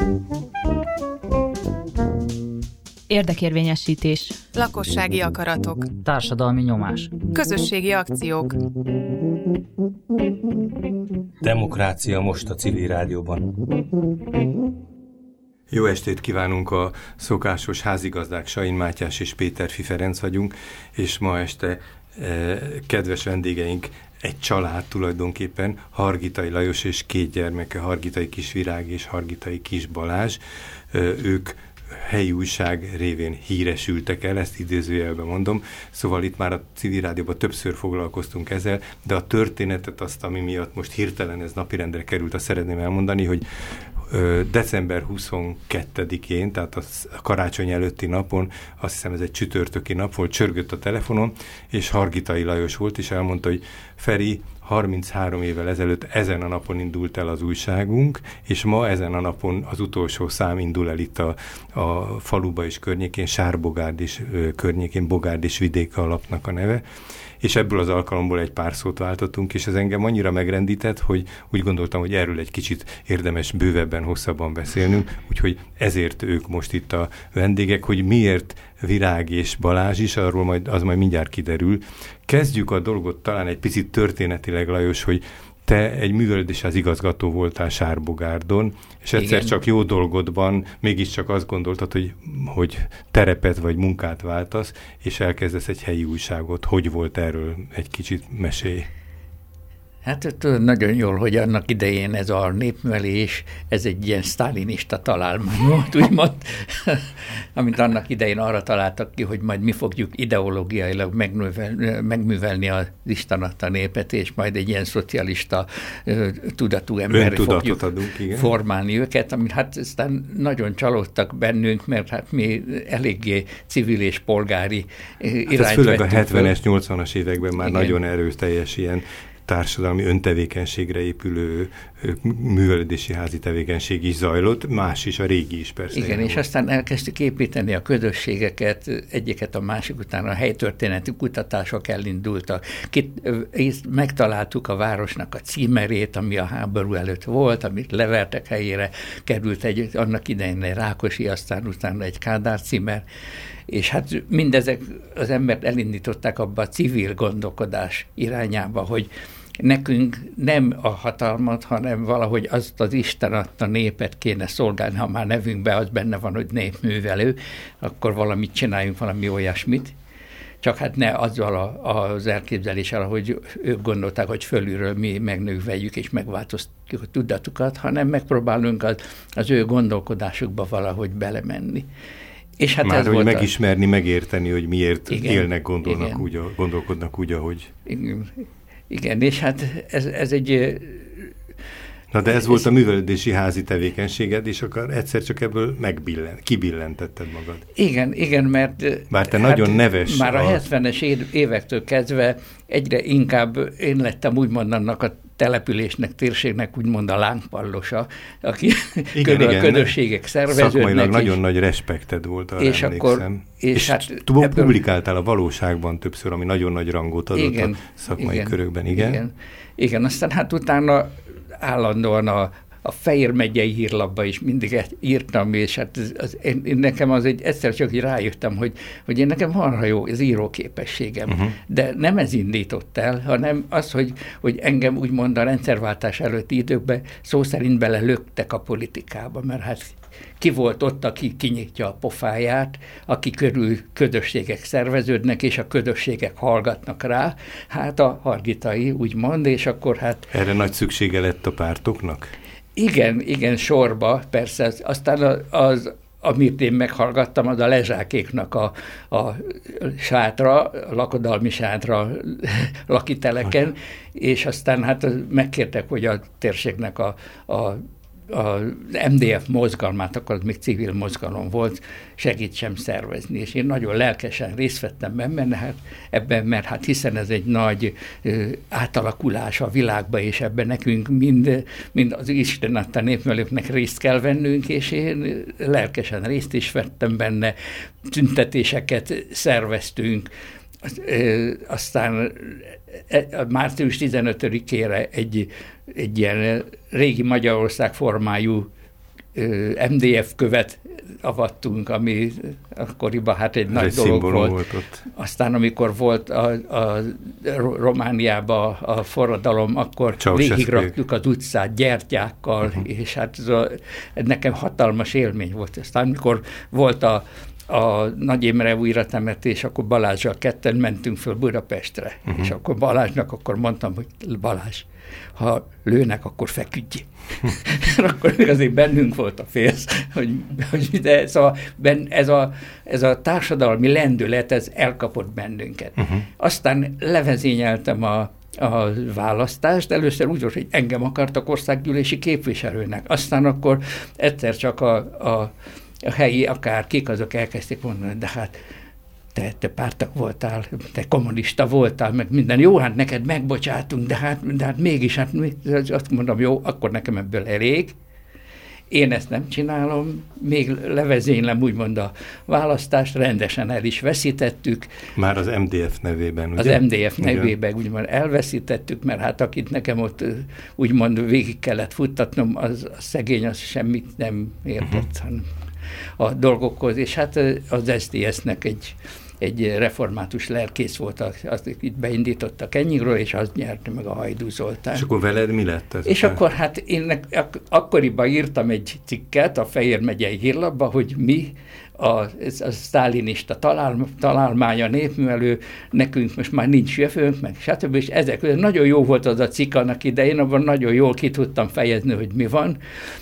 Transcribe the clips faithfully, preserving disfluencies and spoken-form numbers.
Érdekérvényesítés. Lakossági akaratok. Társadalmi nyomás. Közösségi akciók. Demokrácia most a Civil Rádióban. Jó estét kívánunk, a szokásos házigazdák Sain Mátyás és Péterfi Ferenc vagyunk, és ma este eh, kedves vendégeink egy család tulajdonképpen, Hargitai Lajos és két gyermeke, Hargitai Kisvirág és Hargitai Kis Balázs. Eh, ők helyi újság révén híresültek el, ezt idézőjelben mondom, szóval itt már a Civil Rádióban többször foglalkoztunk ezzel, de a történetet azt, ami miatt most hirtelen ez napirendre került, azt szeretném elmondani, hogy ö, december huszonkettedikén, tehát a karácsony előtti napon, azt hiszem ez egy csütörtöki nap volt, csörgött a telefonon, és Hargitai Lajos volt, és elmondta, hogy Feri, harminchárom évvel ezelőtt ezen a napon indult el az újságunk, és ma ezen a napon az utolsó szám indul el itt a, a faluba és környékén, Sárbogárd és ö, környékén, Bogárd és Vidéke a lapnak a neve, és ebből az alkalomból egy pár szót váltottunk, és ez engem annyira megrendített, hogy úgy gondoltam, hogy erről egy kicsit érdemes bővebben, hosszabban beszélnünk, úgyhogy ezért ők most itt a vendégek, hogy miért Virág és Balázs is, arról majd, az majd mindjárt kiderül. Kezdjük a dolgot talán egy picit történetileg, Lajos, hogy te egy művelődésház igazgató voltál Sárbogárdon, és egyszer Igen. csak jó dolgodban mégiscsak azt gondoltad, hogy, hogy terepet vagy munkát váltasz, és elkezdesz egy helyi újságot. Hogy volt erről? Egy kicsit mesélj. Hát tudod nagyon jól, hogy annak idején ez a népművelés, ez egy ilyen sztálinista találmány volt, úgymond, amit annak idején arra találtak ki, hogy majd mi fogjuk ideológiailag megművel, megművelni az Isten adta népet, és majd egy ilyen szocialista uh, tudatú emberre fogjuk adunk, formálni őket, amit hát aztán nagyon csalódtak bennünk, mert hát mi eléggé civil és polgári hát irányt ez főleg a hetvenes, nyolcvanas években már Igen. nagyon erőteljes ilyen társadalmi öntevékenységre épülő művelődési házi tevékenység is zajlott, más is, a régi is persze. Igen, és volt. Aztán elkezdtük építeni a közösségeket, egyiket a másik után a helytörténeti kutatások elindultak. Kit, megtaláltuk a városnak a címerét, ami a háború előtt volt, amit levertek helyére, került egy, annak idején egy Rákosi, aztán utána egy Kádár címer, és hát mindezek az embert elindították abba a civil gondolkodás irányába, hogy nekünk nem a hatalmat, hanem valahogy azt az Isten adta népet kéne szolgálni, ha már nevünkben az benne van, hogy népművelő, akkor valamit csináljunk, valami olyasmit. Csak hát ne azzal a, az elképzeléssel, ahogy ők gondolták, hogy fölülről mi megnöveljük és megváltoztatjuk a tudatukat, hanem megpróbálunk az, az ő gondolkodásukba valahogy belemenni. És hát már ez hogy volt megismerni, a... megérteni, hogy miért igen, élnek, gondolnak igen. úgy, gondolkodnak úgy, ahogy... Igen, igen és hát ez, ez egy... Na de ez, ez volt a művelődési házi tevékenységed, és akkor egyszer csak ebből megbillen, kibillentetted magad. Igen, igen, mert... Bár te hát nagyon neves... Már a, a hetvenes évektől kezdve egyre inkább én lettem úgymond annak a településnek, térségnek úgymond a lángpallosa, aki igen, körül igen, a közösségek szerveződnek. Szakmailag nagyon nagy respekted volt, arra és emlékszem. Akkor, és, és hát ebből... publikáltál a Valóságban többször, ami nagyon nagy rangot adott igen, a szakmai igen, körökben, igen? igen? Igen, aztán hát utána állandóan a, a Fejér megyei hírlapba is mindig írtam, és hát az, az, én, én nekem az egy, egyszer csak így rájöttem, hogy, hogy én nekem marha jó az íróképességem, uh-huh. de nem ez indított el, hanem az, hogy, hogy engem úgymond a rendszerváltás előtti időkben szó szerint belelöktek a politikába, mert hát ki volt ott, aki kinyitja a pofáját, aki körül közösségek szerveződnek, és a közösségek hallgatnak rá, hát a Hargitai úgymond, és akkor hát... Erre nagy szüksége lett a pártoknak? Igen, igen, sorba, persze. Aztán az, az amit én meghallgattam, az a Lezsákéknak a, a sátra, a lakodalmi sátra lakiteleken, és aztán hát megkértek, hogy a térségnek a, a az em dé ef mozgalmát, akkor az még civil mozgalom volt, segítsem szervezni, és én nagyon lelkesen részt vettem ebben, hát, ebben, mert hát hiszen ez egy nagy ö, átalakulás a világban, és ebben nekünk mind, mind az Isten adta népművelőknek részt kell vennünk, és én lelkesen részt is vettem benne, tüntetéseket szerveztünk, aztán március tizenötödikére egy, egy ilyen régi Magyarország formájú em dé ef követ avattunk, ami akkoriban hát egy Ez nagy egy dolog volt. volt ott. Aztán amikor volt a, a Romániában a forradalom, akkor végigraktuk az utcát gyertyákkal, uh-huh. és hát ez a, ez nekem hatalmas élmény volt. Aztán amikor volt a a Nagy Imre újratemetés, akkor Balázsral ketten mentünk föl Budapestre. Uh-huh. És akkor Balázsnak akkor mondtam, hogy Balázs, ha lőnek, akkor feküdj. Akkor azért bennünk volt a félsz, hogy, hogy de szóval ben, ez, a, ez a társadalmi lendület, ez elkapott bennünket. Uh-huh. Aztán levezényeltem a a választást. Először úgy volt, hogy engem akartak országgyűlési képviselőnek. Aztán akkor egyszer csak a, a a helyi akárkik, azok elkezdték mondani, de hát te, te pártak voltál, te kommunista voltál, meg minden. Jó, hát neked megbocsátunk, de hát, de hát mégis, hát azt mondom, jó, akkor nekem ebből elég. Én ezt nem csinálom, még levezénylem úgymond a választást, rendesen el is veszítettük. Már az em dé ef nevében, ugye? Az em dé ef nevében úgymond elveszítettük, mert hát akit nekem ott úgymond végig kellett futtatnom, az a szegény, az semmit nem értett, uh-huh. hanem a dolgokhoz, és hát az es dé es-nek egy, egy református lelkész volt, azt itt beindítottak ennyikről, és az nyerte meg a Hajdú Zoltán. És akkor veled mi lett ez? És akkor hát én ak- akkoriban írtam egy cikket a Fejér megyei hírlapba, hogy mi a, a sztálinista talál, találmánya népművelő, nekünk most már nincs jövőnk, meg stb. És ezek, nagyon jó volt az a cikk annak idején, abban nagyon jól ki tudtam fejezni, hogy mi van,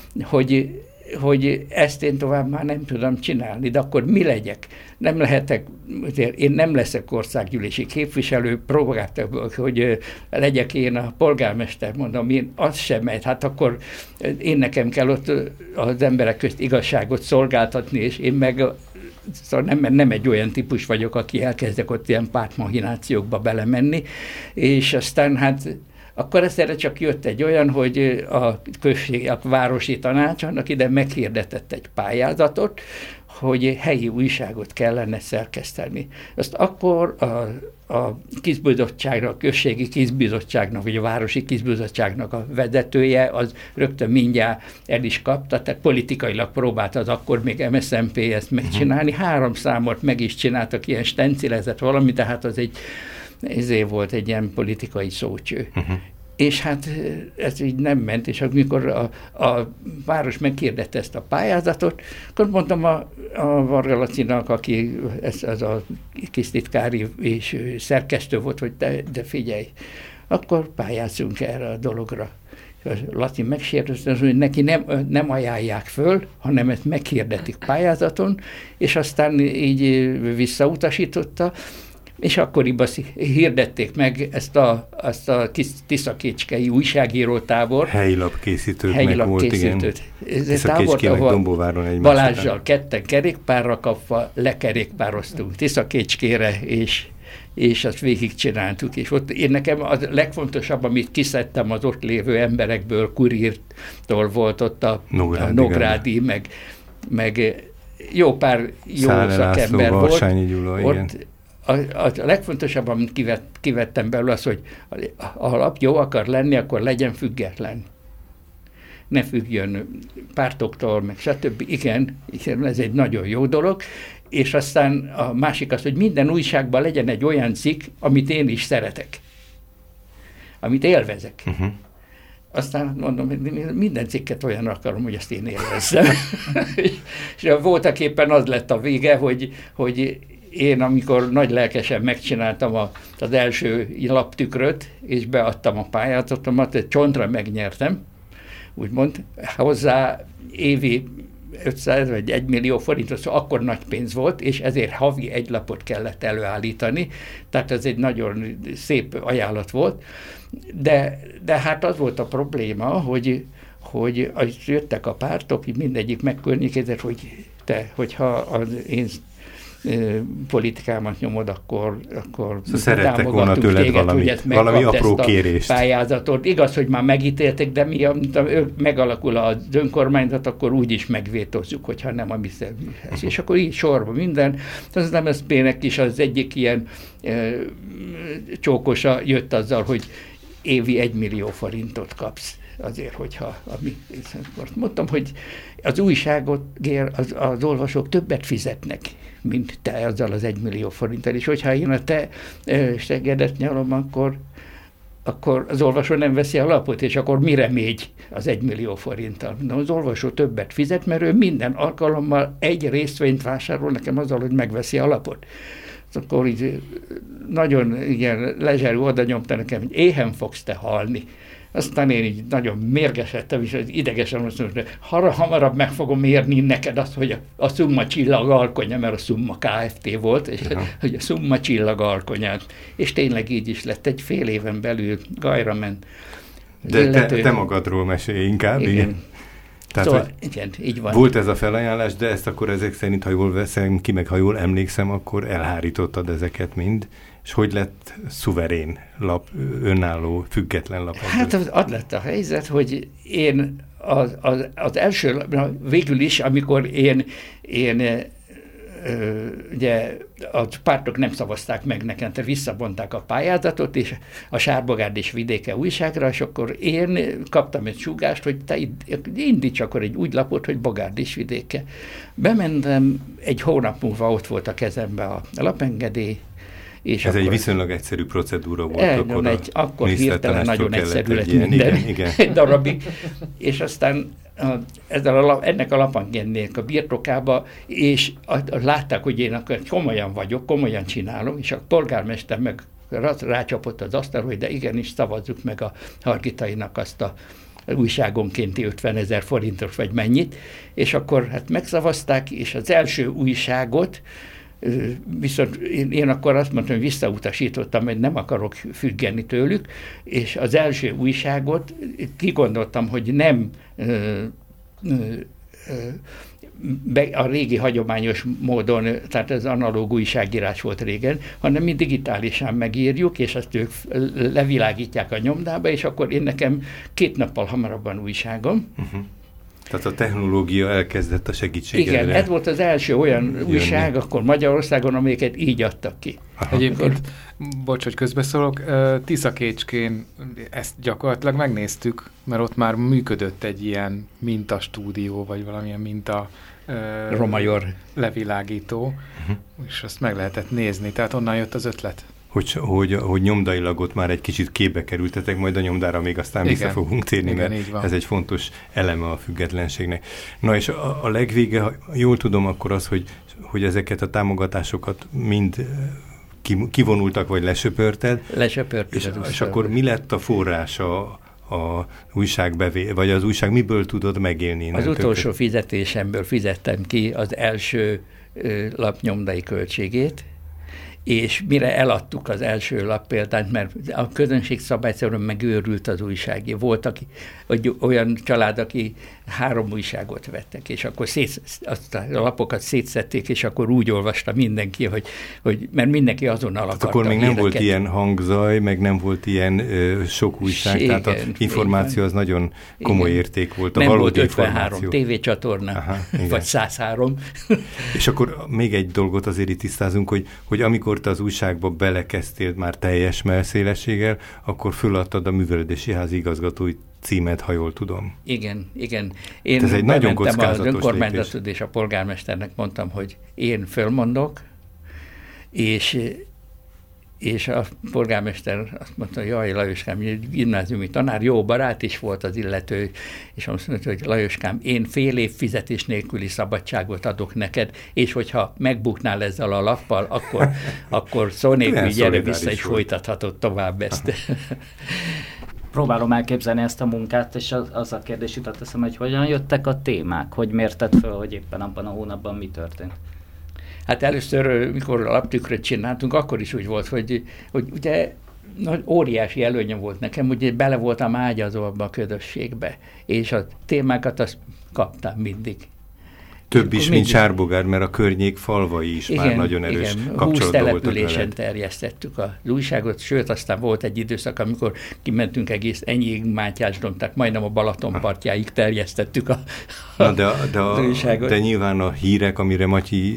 hogy hogy ezt én tovább már nem tudom csinálni, de akkor mi legyek? Nem lehetek, én nem leszek országgyűlési képviselő, próbáltak, hogy legyek én a polgármester, mondom, én az sem megy, hát akkor én nekem kell ott az emberek közt igazságot szolgáltatni, és én meg szóval nem, nem egy olyan típus vagyok, aki elkezdek ott ilyen pártmahinációkba belemenni, és aztán hát akkor egyszerre csak jött egy olyan, hogy a község, a városi tanács annak ide meghirdetett egy pályázatot, hogy helyi újságot kellene szerkeszteni. Azt akkor a, a kizbizottságnak, a községi kizbizottságnak, vagy a városi kizbizottságnak a vezetője, az rögtön mindjárt el is kapta, tehát politikailag próbált az akkor még em es zé em pé ezt megcsinálni. Három számot meg is csináltak, ilyen stencilezett valami, tehát az egy ezért volt egy ilyen politikai szócső. Uh-huh. És hát ez így nem ment, és amikor a, a város megkérdette ezt a pályázatot, akkor mondtam a, a Varga Lacinak, aki ez, ez a kis titkári és szerkesztő volt, hogy de, de figyelj, akkor pályázzunk erre a dologra. Laci megsértődött, hogy neki nem, nem ajánlják föl, hanem ezt meghirdetik pályázaton, és aztán így visszautasította, és akkoriban hirdették meg ezt a, ezt a kis tiszakécskei újságírótábor. Helylapkészítőt meg volt, igen. Tiszakécské meg Dombóváron egy Balázsjal ketten kerékpárra kapva lekerékpároztunk Tiszakécskére, és, és azt végigcsináltuk. És ott én nekem a legfontosabb, amit kiszedtem az ott lévő emberekből, Kurírtól volt ott a Nógrádi, a Nógrádi meg, meg jó pár jó Szále szakember László, volt. Gyula, ott, igen. A, a legfontosabb, amit kivett, kivettem belőle, az, hogy ha a lap jó akar lenni, akkor legyen független. Ne függjön pártoktól, meg stb. Igen, ez egy nagyon jó dolog. És aztán a másik az, hogy minden újságban legyen egy olyan cikk, amit én is szeretek. Amit élvezek. Uh-huh. Aztán mondom, hogy minden cikket olyan akarom, hogy azt én élvezzem. És voltak éppen az lett a vége, hogy, hogy én, amikor nagy lelkesen megcsináltam a, az első laptükröt, és beadtam a pályázatomat, egy csontra megnyertem, úgymond, hozzá évi ötszáz vagy egy millió forintot, szóval akkor nagy pénz volt, és ezért havi egy lapot kellett előállítani, tehát ez egy nagyon szép ajánlat volt, de, de hát az volt a probléma, hogy, hogy jöttek a pártok, mindegyik megkörnyékezett, hogy te, hogyha az én politikámat nyomod, akkor, akkor szóval szerettek volna tőled téged, valami, valami apró kérést. Pályázatot. Igaz, hogy már megítéltek, de mi, amit megalakul az önkormányzat, akkor úgy is megvétozzuk, hogyha nem a mi szervünkhez. És akkor így sorba minden. Az em es zé pé-nek is az egyik ilyen e, csókosa jött azzal, hogy évi egy millió forintot kapsz. azért, hogyha... Ami, mondtam, hogy az újságot az, az olvasók többet fizetnek, mint te azzal az egymillió forinttal, és hogyha én a te stegedet nyalom, akkor, akkor az olvasó nem veszi a lapot, és akkor mire mégy az egymillió forinttal? De az olvasó többet fizet, mert ő minden alkalommal egy részvényt vásárol nekem azzal, hogy megveszi a lapot. Akkor így nagyon igen, lezserű oda nyomta nekem, hogy éhen fogsz te halni. Aztán én így nagyon mérgesedtem, és idegesen azt mondtam, hogy hamarabb meg fogom érni neked azt, hogy a, a Szumma csillag alkonya, mert a Szumma Kft. Volt, és ja. hogy a Szumma csillag alkonyát. És tényleg így is lett, egy fél éven belül Gajra ment. De illető... te, te magadról mesélj inkább, igen. igen. Tehát, szóval, igen, így van. Volt ez a felajánlás, de ezt akkor ezek szerint, ha jól veszem ki, meg ha jól emlékszem, akkor elhárítottad ezeket mind, és hogy lett szuverén lap, önálló, független lap? Hát az, az lett a helyzet, hogy én az, az, az első, végül is, amikor én, én ugye a pártok nem szavazták meg nekem, tehát visszabonták a pályázatot, és a Sárbogárd és Vidéke újságra, és akkor én kaptam egy súgást, hogy te indíts akkor egy úgy lapot, hogy Bogárd és Vidéke. Bementem, egy hónap múlva ott volt a kezembe a lapengedély, és ez akkor, egy viszonylag egyszerű procedúra volt. El, akkor egy, akkor hirtelen nagyon egyszerű lett ilyen, minden, igen, igen. egy darabig, és aztán a, ezzel a, ennek a lapangedélynek a birtokába, és a, a, látták, hogy én akkor komolyan vagyok, komolyan csinálom, és a polgármester meg rácsapott az asztalra, hogy de igenis szavazzuk meg a Hargitainak azt a újságonkénti ötvenezer forintos vagy mennyit, és akkor hát megszavazták, és az első újságot viszont én, én akkor azt mondtam, hogy visszautasítottam, hogy nem akarok függeni tőlük, és az első újságot kigondoltam, hogy nem ö, ö, be, a régi hagyományos módon, tehát ez analóg újságírás volt régen, hanem mi digitálisan megírjuk, és azt ők levilágítják a nyomdába, és akkor én nekem két nappal hamarabban újságom. Uh-huh. Tehát a technológia elkezdett a segítségedre. Igen, ez volt az első olyan jönni. újság akkor Magyarországon, amelyiket így adtak ki. Aha. Egyébként, bocs, hogy közbeszólok, Tiszakécskén ezt gyakorlatilag megnéztük, mert ott már működött egy ilyen mintastúdió, vagy valamilyen minta Romajor levilágító, uh-huh. és azt meg lehetett nézni, tehát onnan jött az ötlet. Hogy, hogy, hogy nyomdailag ott már egy kicsit képbe kerültetek, majd a nyomdára még aztán igen, vissza fogunk térni, igen, mert ez egy fontos eleme a függetlenségnek. Na és a, a legvége, ha jól tudom, akkor az, hogy, hogy ezeket a támogatásokat mind kivonultak, vagy lesöpörted. Lesöpörted. És, és akkor mi lett a forrása a újságbevé, vagy az újság miből tudod megélni? Az utolsó többet? Fizetésemből fizettem ki az első ö, lapnyomdai költségét, és mire eladtuk az első lap példányt, mert a közönség szabályszerűen megőrült az újságé. Volt aki, olyan család, aki három újságot vettek, és akkor szét, azt a lapokat szétszették, és akkor úgy olvasta mindenki, hogy, hogy mert mindenki azonnal akarta. Akkor még nem volt ilyen hangzaj, meg nem volt ilyen ö, sok újság, igen, tehát az információ az nagyon komoly igen. érték volt. A nem volt ötvenhárom tévécsatorna, Aha, vagy száz három. És akkor még egy dolgot azért itt tisztázunk, hogy, hogy amikor te az újságba belekezdtél már teljes mellszélességgel, akkor föladtad a művelődési házi igazgatói címet, ha jól tudom. Igen, igen. Én ez egy nagyon kockázatos az önkormányzatot és a polgármesternek mondtam, hogy én fölmondok, és, és a polgármester azt mondta, hogy jaj, Lajoskám, gimnáziumi tanár, jó barát is volt az illető, és azt mondta, hogy Lajoskám, én fél év fizetés nélküli szabadságot adok neked, és hogyha megbuknál ezzel a lappal, akkor, akkor szó nélkül gyere vissza, és folytathatod tovább ezt. Próbálom elképzelni ezt a munkát, és az, az a kérdés jutott eszembe, hogy hogyan jöttek a témák, hogy mérted föl, hogy éppen abban a hónapban mi történt? Hát először, mikor a laptükröt csináltunk, akkor is úgy volt, hogy, hogy ugye óriási előnye volt nekem, ugye bele voltam ágyazva abba a közösségbe, és a témákat azt kaptam mindig. Több is, mint Sárbogárd, mert a környék falvai is igen, már nagyon erős igen. kapcsolatban voltak veled. húsz településen terjesztettük az újságot, sőt, aztán volt egy időszak, amikor kimentünk egész Enyig, Mátyásdon, tehát majdnem a Balaton partjáig terjesztettük a, Na, de, de a, az újságot. De nyilván a hírek, amire Matyi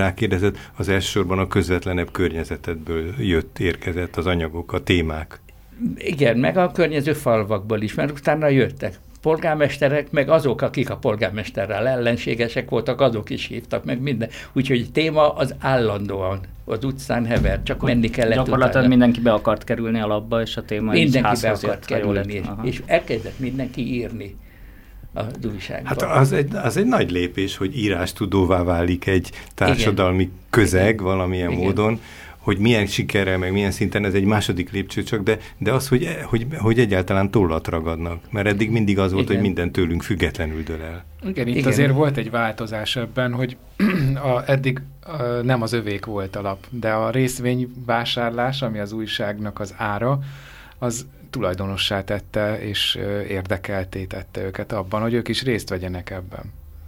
rákérdezett, az elsősorban a közvetlenebb környezetedből jött, érkezett az anyagok, a témák. Igen, meg a környező falvakból is, mert utána jöttek polgármesterek, meg azok, akik a polgármesterrel ellenségesek voltak, azok is hívtak, meg minden. Úgyhogy téma az állandóan az utcán hever, csak Akkor menni kellett gyakorlatilag utána. mindenki be akart kerülni alapba, és a téma mindenki is be házhoz akart jött, kerülni, és elkezdett mindenki írni az újságban. Hát az egy, az egy nagy lépés, hogy írástudóvá válik egy társadalmi Igen. közeg Igen. valamilyen Igen. módon, hogy milyen sikerrel, meg milyen szinten, ez egy második lépcső csak, de, de az, hogy, hogy, hogy egyáltalán tollat ragadnak. Mert eddig mindig az volt, Igen. hogy minden tőlünk függetlenül dől el. Igen, itt Igen. azért volt egy változás ebben, hogy a, eddig a, nem az övék volt alap, de a részvényvásárlás, ami az újságnak az ára, az tulajdonossá tette és érdekelté tette őket abban, hogy ők is részt vegyenek ebben.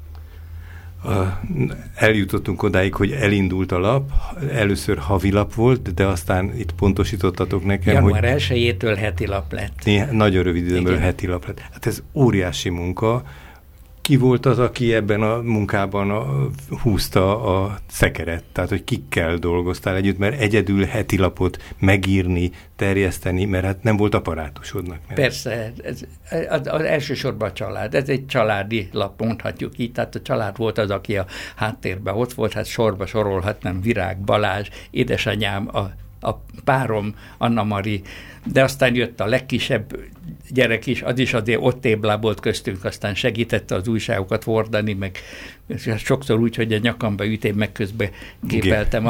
A, eljutottunk odáig, hogy elindult a lap, először havilap volt, de aztán itt pontosítottatok nekem, január hogy... január elsejétől heti lap lett. Néha, nagyon rövid időből heti lap lett. Hát ez óriási munka. Ki volt az, aki ebben a munkában a, húzta a szekeret? Tehát, hogy kikkel dolgoztál együtt, mert egyedül heti lapot megírni, terjeszteni, mert hát nem volt apparátusodnak. Nem? Persze, ez, az, az elsősorban a család. Ez egy családi lap, mondhatjuk így, tehát a család volt az, aki a háttérben ott volt, hát sorba sorolhatnám, Virág, Balázs, édesanyám, a, a párom, Anna Mari, de aztán jött a legkisebb gyerek is, az is azért ott téblábolt köztünk, aztán segítette az újságokat hordani, meg sokszor úgy, hogy a nyakamba ütém, meg közben gépeltem a,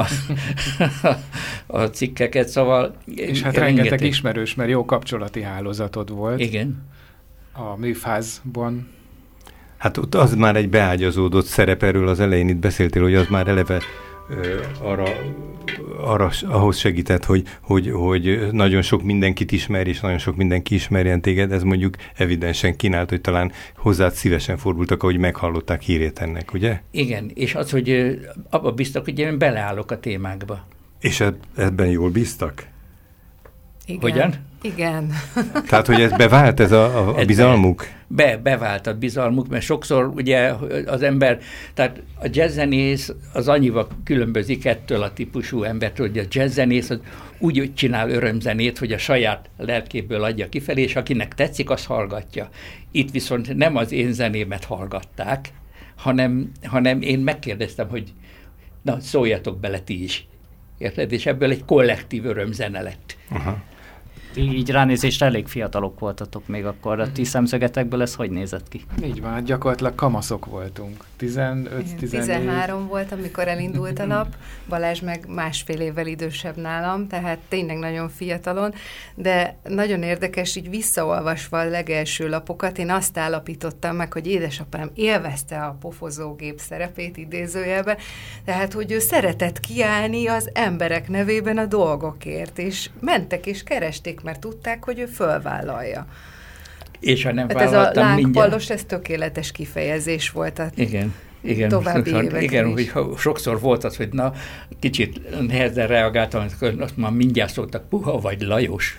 a cikkeket, szóval... És hát rengeteg, rengeteg ismerős, mert jó kapcsolati hálózatod volt. Igen. A műfázban. Hát ott az már egy beágyazódott szerep, erről az elején itt beszéltél, hogy az már eleve ö, arra, arra ahhoz segített, hogy, hogy, hogy nagyon sok mindenkit ismer, és nagyon sok mindenki ismerjen téged, ez mondjuk evidensen kínált, hogy talán hozzád szívesen fordultak, ahogy meghallották hírét ennek, ugye? Igen, és az, hogy abba bíztak, hogy én beleállok a témákba. És ebben jól bíztak? Igen. Hogyan? Igen. Tehát, hogy ez bevált, ez a, a, a bizalmuk? Be, bevált a bizalmuk, mert sokszor ugye az ember, tehát a jazzzenész az annyival különbözik ettől a típusú embertől, hogy a jazzzenész az úgy csinál örömzenét, hogy a saját lelkéből adja kifelé, és akinek tetszik, az hallgatja. Itt viszont nem az én zenémet hallgatták, hanem, hanem én megkérdeztem, hogy na, szóljatok bele ti is. Érted? És ebből egy kollektív örömzene lett. Aha. Így ránézésre elég fiatalok voltatok még akkor. A ti szemszögetekből ez hogy nézett ki? Így van, gyakorlatilag kamaszok voltunk. tizenöt tizennégy tizenhárom volt, amikor elindult a lap, Balázs meg másfél évvel idősebb nálam, tehát tényleg nagyon fiatalon, de nagyon érdekes, így visszaolvasva a legelső lapokat, én azt állapítottam meg, hogy édesapám élvezte a pofozógép szerepét idézőjelben, tehát, hogy ő szeretett kiállni az emberek nevében a dolgokért, és mentek és keresték, mert tudták, hogy ő fölvállalja. És ha nem hát ez a lángpallos, ez tökéletes kifejezés volt a igen, igen, további sokszor, években igen, is. hogy sokszor volt az, hogy na, kicsit nehezen reagáltam, hogy azt már mindjárt szóltak, puha vagy Lajos.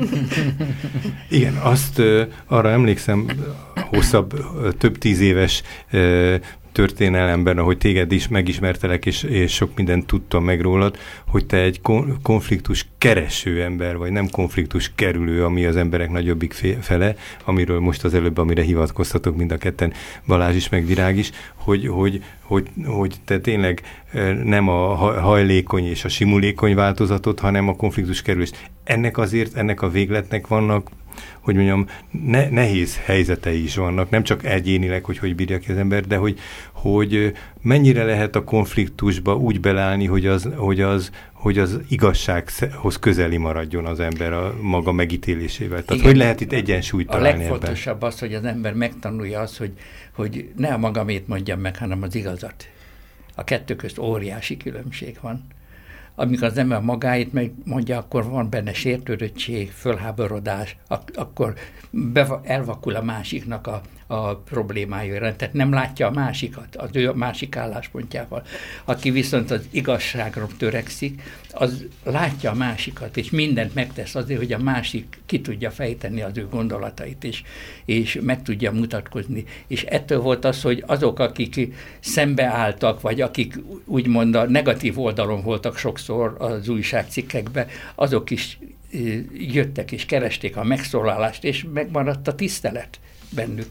Igen, azt uh, arra emlékszem, hosszabb, uh, több tíz éves uh, történelemben, ahogy téged is megismertelek, és, és sok mindent tudtam meg rólad, hogy te egy kon- konfliktus kereső ember vagy, nem konfliktus kerülő, ami az emberek nagyobbik fele, amiről most az előbb, amire hivatkoztatok mind a ketten, Balázs is, meg Virág is, hogy, hogy, hogy, hogy te tényleg nem a hajlékony és a simulékony változatot, hanem a konfliktus kerülés. Ennek azért, ennek a végletnek vannak, hogy mondjam, ne, nehéz helyzetei is vannak, nem csak egyénileg, hogy hogy bírja ki az ember, de hogy, hogy mennyire lehet a konfliktusba úgy beleállni, hogy az, hogy az, hogy az igazsághoz közeli maradjon az ember a maga megítélésével. Tehát igen, hogy lehet itt egyensúlyt találni ebben? A legfontosabb ebben? Az, hogy az ember megtanulja azt, hogy, hogy ne a magamét mondjam meg, hanem az igazat. A kettő közt óriási különbség van. Amikor az ember magáit megmondja, akkor van benne sértődöttség, fölháborodás, ak- akkor beva- elvakul a másiknak a, a problémájára, tehát nem látja a másikat, az ő másik álláspontjával. Aki viszont az igazságra törekszik, az látja a másikat, és mindent megtesz azért, hogy a másik ki tudja fejteni az ő gondolatait, és, és meg tudja mutatkozni. És ettől volt az, hogy azok, akik szembeálltak, vagy akik úgymond a negatív oldalon voltak sokszor az újságcikkekben, azok is jöttek és keresték a megszólalást, és megmaradt a tisztelet bennük.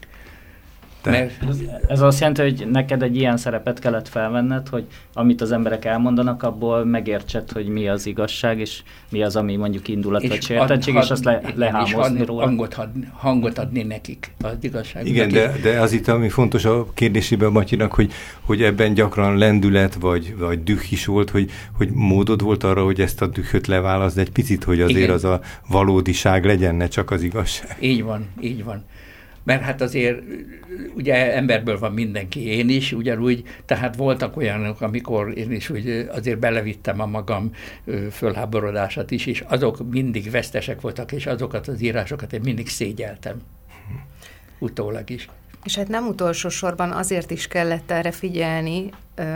Mert ez, ez azt jelenti, hogy neked egy ilyen szerepet kellett felvenned, hogy amit az emberek elmondanak, abból megértsed, hogy mi az igazság, és mi az, ami mondjuk indulat vagy sértettség, és azt le, lehámozni és róla. Hangot, ad, hangot adni nekik az igazság. Igen, de, de az itt, ami fontos a kérdésében Matyinak, hogy, hogy ebben gyakran lendület, vagy, vagy düh is volt, hogy, hogy módod volt arra, hogy ezt a dühöt leválaszd egy picit, hogy azért igen, az a valódiság legyen, ne csak az igazság. Így van, így van. Mert hát azért ugye emberből van mindenki, én is ugyanúgy, tehát voltak olyanok, amikor én is úgy azért belevittem a magam fölháborodását is, és azok mindig vesztesek voltak, és azokat az írásokat én mindig szégyeltem. Utólag is. És hát nem utolsó sorban azért is kellett erre figyelni,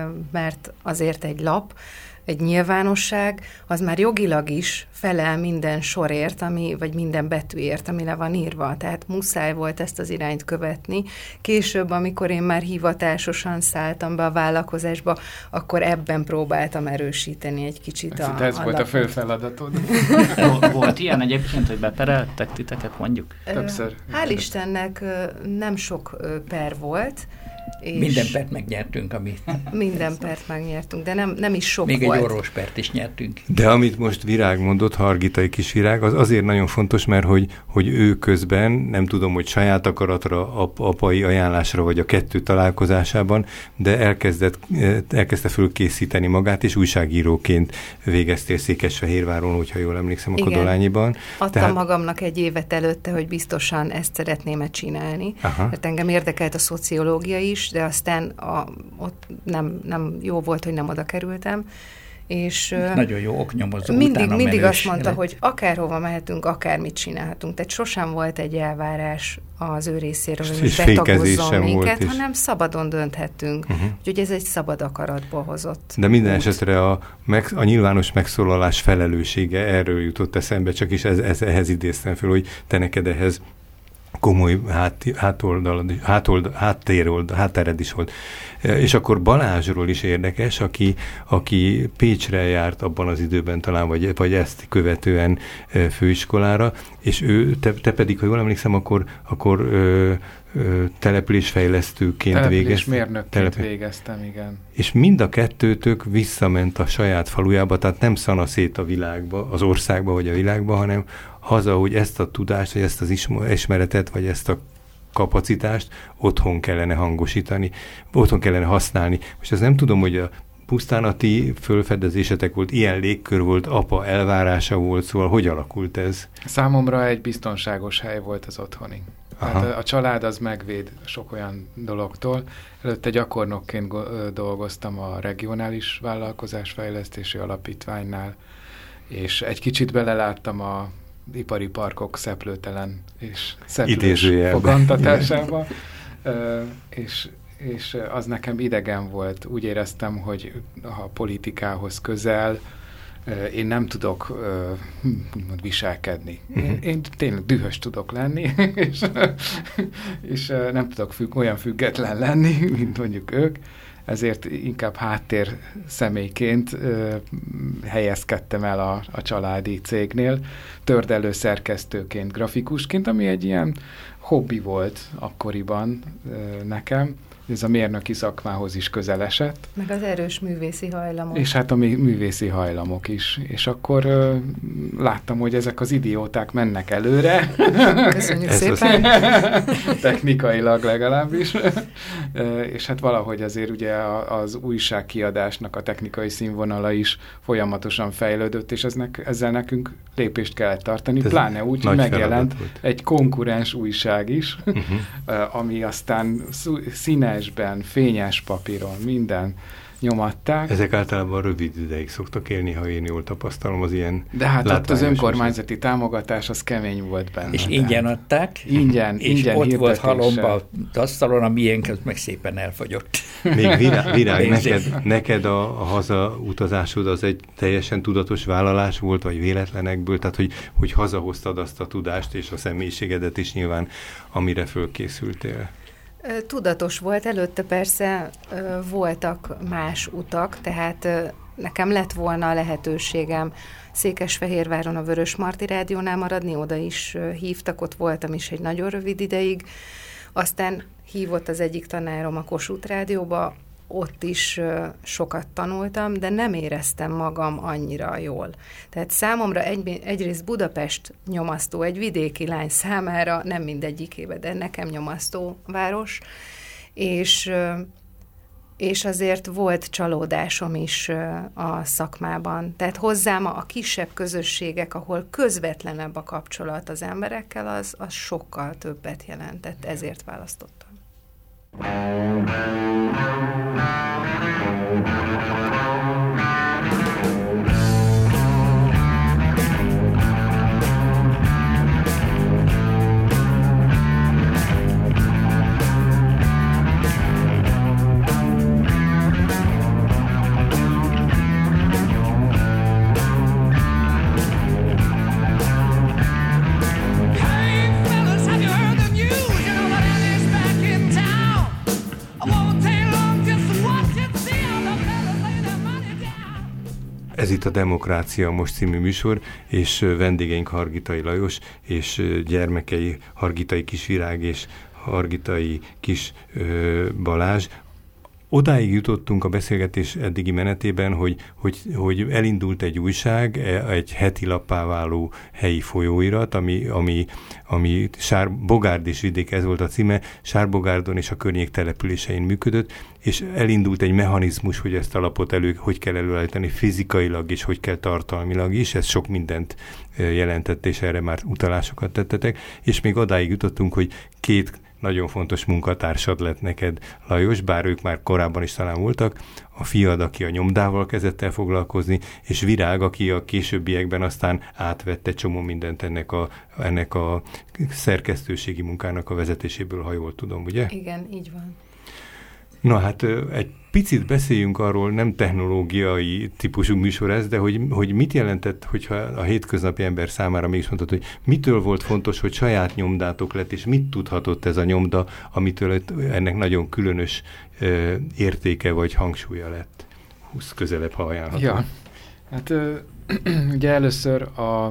mert azért egy lap, egy nyilvánosság, az már jogilag is felel minden sorért, ami, vagy minden betűért, ami le van írva. Tehát muszáj volt ezt az irányt követni. Később, amikor én már hivatásosan szálltam be a vállalkozásba, akkor ebben próbáltam erősíteni egy kicsit a, ez a volt lapot. a fő feladatod. Volt ilyen egyébként, hogy bepereltek titeket, mondjuk? Többször. Hál' Istennek nem sok per volt. És minden pert megnyertünk, amit... Minden pert megnyertünk, de nem, nem is sok Még volt. egy orvos pert is nyertünk. De amit most Virág mondott, Hargitai Kisvirág, az azért nagyon fontos, mert hogy, hogy ő közben, nem tudom, hogy saját akaratra, ap, apai ajánlásra, vagy a kettő találkozásában, de elkezdett, elkezdte fölkészíteni magát, és újságíróként végeztél Székesfehérváron, hogyha jól emlékszem, a igen. Kodolányiban. Adtam Tehát... magamnak egy évet előtte, hogy biztosan ezt szeretném csinálni. Aha. Mert engem érdekelt a szociológia is, de aztán a, ott nem, nem jó volt, hogy nem oda kerültem. És nagyon jó oknyomozó. Mindig, mindig azt mondta, hogy akárhova mehetünk, akármit csinálhatunk. Tehát sosem volt egy elvárás az ő részéről, hogy betagozzon minket, hanem szabadon dönthettünk. Uh-huh. Úgyhogy ez egy szabad akaratból hozott. De minden út. Esetre a, meg, a nyilvános megszólalás felelőssége erről jutott eszembe, csak is ez, ez, ehhez idéztem föl, hogy te neked ehhez komoly hát, hátoldalad, hátold, háttérold, háttered is volt. És akkor Balázsról is érdekes, aki, aki Pécsre járt abban az időben talán, vagy, vagy ezt követően főiskolára, és ő, te, te pedig, ha jól emlékszem, akkor, akkor ö, ö, településfejlesztőként végeztem. Településmérnökként Települ... végeztem, igen. És mind a kettőtök visszament a saját falujába, tehát nem szana szét a világba, az országba vagy a világba, hanem haza, hogy ezt a tudást, vagy ezt az ismeretet, vagy ezt a kapacitást otthon kellene hangosítani, otthon kellene használni. Most ezt nem tudom, hogy a pusztán a ti fölfedezésetek volt, ilyen légkör volt, apa elvárása volt, szóval hogy alakult ez? Számomra egy biztonságos hely volt az otthoni. Tehát a, a család az megvéd sok olyan dologtól. Előtte gyakornokként dolgoztam a regionális vállalkozásfejlesztési alapítványnál, és egy kicsit beleláttam a ipari parkok szeplőtelen és szeplős fogantatásába, és, és az nekem idegen volt. Úgy éreztem, hogy a politikához közel én nem tudok úgymond viselkedni. Én, én tényleg dühös tudok lenni, és, és nem tudok függ, olyan független lenni, mint mondjuk ők. Ezért inkább háttér személyként ö, helyezkedtem el a, a családi cégnél, tördelő szerkesztőként, grafikusként, ami egy ilyen hobbi volt akkoriban ö, nekem. Ez a mérnöki szakmához is közel esett. Meg az erős művészi hajlamok. És hát a művészi hajlamok is. És akkor ö, láttam, hogy ezek az idióták mennek előre. Köszönjük szépen. Technikailag legalábbis. És hát valahogy azért ugye az újságkiadásnak a technikai színvonala is folyamatosan fejlődött, és eznek, ezzel nekünk lépést kellett tartani. Ez pláne úgy, hogy megjelent egy konkurens újság is, uh-huh. ami aztán színesben, fényes papíron, minden nyomatták. Ezek általában rövid ideig szoktak élni, ha én jól tapasztalom az ilyen De hát ott az önkormányzati eset. támogatás az kemény volt benne. És ingyen adták. Ingyen, és ingyen ott volt halomba az asztalon, a miénk az meg szépen elfogyott. Még Virág, virág neked, neked a, a hazautazásod az egy teljesen tudatos vállalás volt, vagy véletlenekből, tehát hogy, hogy hazahoztad azt a tudást és a személyiségedet is nyilván, amire fölkészültél. Tudatos volt, előtte persze voltak más utak, tehát nekem lett volna a lehetőségem Székesfehérváron a Vörösmarty Rádiónál maradni, oda is hívtak, ott voltam is egy nagyon rövid ideig, aztán hívott az egyik tanárom a Kossuth Rádióba, ott is sokat tanultam, de nem éreztem magam annyira jól. Tehát számomra egy, egyrészt Budapest nyomasztó, egy vidéki lány számára, nem mindegyikébe, de nekem nyomasztó város, és, és azért volt csalódásom is a szakmában. Tehát hozzám a kisebb közösségek, ahol közvetlenebb a kapcsolat az emberekkel, az, az sokkal többet jelentett, ezért választottam. Ez itt a Demokrácia Most című műsor, és vendégeink Hargitai Lajos, és gyermekei Hargitai Kisvirág és Hargitai Kis Balázs. Odáig jutottunk a beszélgetés eddigi menetében, hogy, hogy, hogy elindult egy újság, egy heti lappá váló helyi folyóirat, ami, ami, ami Sár, Bogárd és vidék, ez volt a címe, Sárbogárdon és a környék településein működött, és elindult egy mechanizmus, hogy ezt a lapot elő, hogy kell előállítani fizikailag, és hogy kell tartalmilag is, ez sok mindent jelentett, és erre már utalásokat tettetek, és még odáig jutottunk, hogy két nagyon fontos munkatársad lett neked, Lajos, bár ők már korábban is talán voltak, a fiad, aki a nyomdával kezdett el foglalkozni, és Virág, aki a későbbiekben aztán átvette csomó mindent ennek a, ennek a szerkesztőségi munkának a vezetéséből, ha jól tudom, ugye? Igen, így van. Na hát egy picit beszéljünk arról, nem technológiai típusú műsor ez, de hogy, hogy mit jelentett, hogyha a hétköznapi ember számára mégis mondtad, hogy mitől volt fontos, hogy saját nyomdátok lett, és mit tudhatott ez a nyomda, amitől ennek nagyon különös ö, értéke vagy hangsúlya lett. Húsz közelebb, ha ajánlható. Ja, hát ö, ugye először a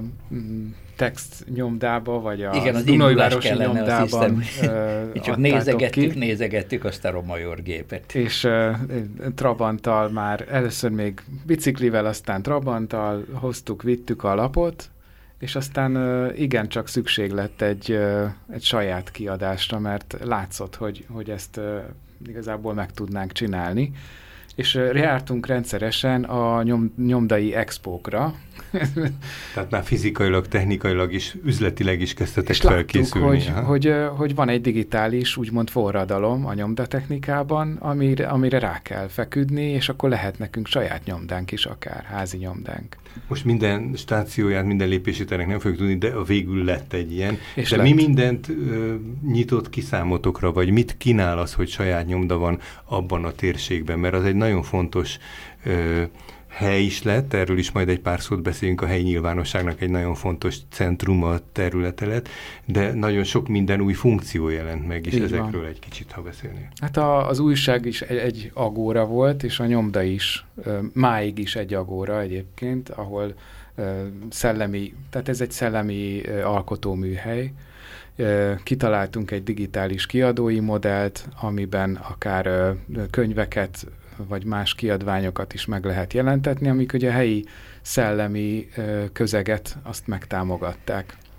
text nyomdába, vagy a igen, az Dunajvárosi nyomdában csak nézegettük, ki. nézegettük azt a Romajor gépet. És uh, Trabanttal már először még biciklivel, aztán Trabanttal hoztuk, vittük a lapot, és aztán uh, igencsak szükség lett egy, uh, egy saját kiadásra, mert látszott, hogy, hogy ezt uh, igazából meg tudnánk csinálni. És uh, jártunk rendszeresen a nyom, nyomdai expókra. Tehát már fizikailag, technikailag is, üzletileg is kezdtetek és felkészülni. És láttuk, hogy, hogy, hogy van egy digitális, úgymond forradalom a nyomdatechnikában, amire, amire rá kell feküdni, és akkor lehet nekünk saját nyomdánk is akár, házi nyomdánk. Most minden stációját, minden lépését ennek nem fogjuk tudni, de a végül lett egy ilyen. És de lett. Mi mindent ö, nyitott ki számotokra, vagy mit kínál az, hogy saját nyomda van abban a térségben? Mert az egy nagyon fontos ö, hely is lett, erről is majd egy pár szót beszélünk, a helyi nyilvánosságnak egy nagyon fontos centruma, területe lett, de nagyon sok minden új funkció jelent meg, és így ezekről van. Egy kicsit, ha beszélnél. Hát a, az újság is egy, egy agóra volt, és a nyomda is, máig is egy agóra egyébként, ahol szellemi, tehát ez egy szellemi alkotóműhely. Kitaláltunk egy digitális kiadói modellt, amiben akár könyveket, vagy más kiadványokat is meg lehet jelentetni, amik ugye a helyi szellemi ö, közeget azt megtámogatták.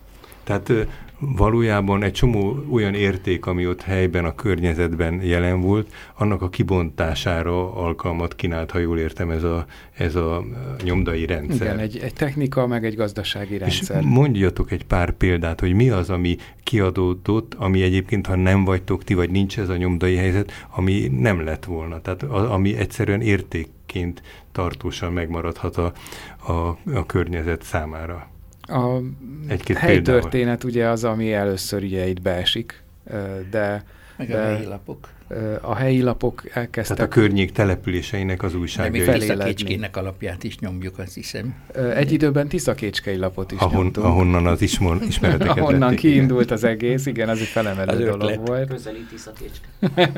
Tehát valójában egy csomó olyan érték, ami ott helyben, a környezetben jelen volt, annak a kibontására alkalmat kínált, ha jól értem, ez a, ez a nyomdai rendszer. Igen, egy, egy technika, meg egy gazdasági rendszer. És mondjatok egy pár példát, hogy mi az, ami kiadódott, ami egyébként, ha nem vagytok ti, vagy nincs ez a nyomdai helyzet, ami nem lett volna. Tehát a, ami egyszerűen értékként tartósan megmaradhat a, a, a környezet számára. A helytörténet ugye az, ami először ugye itt beesik, de... Meg a helyi lapok. A helyi lapok elkezdtek... Tehát a környék településeinek az újságjai. De mi Tiszakécskének alapját is nyomjuk, azt hiszem. Egy időben Tiszakécskei lapot is Ahon, nyomtunk. Ahonnan az ismon ismereteket Ahonnan lették, kiindult igen. az egész, igen, az egy felemelő az dolog ötlet. volt. Közeli Tiszakécske.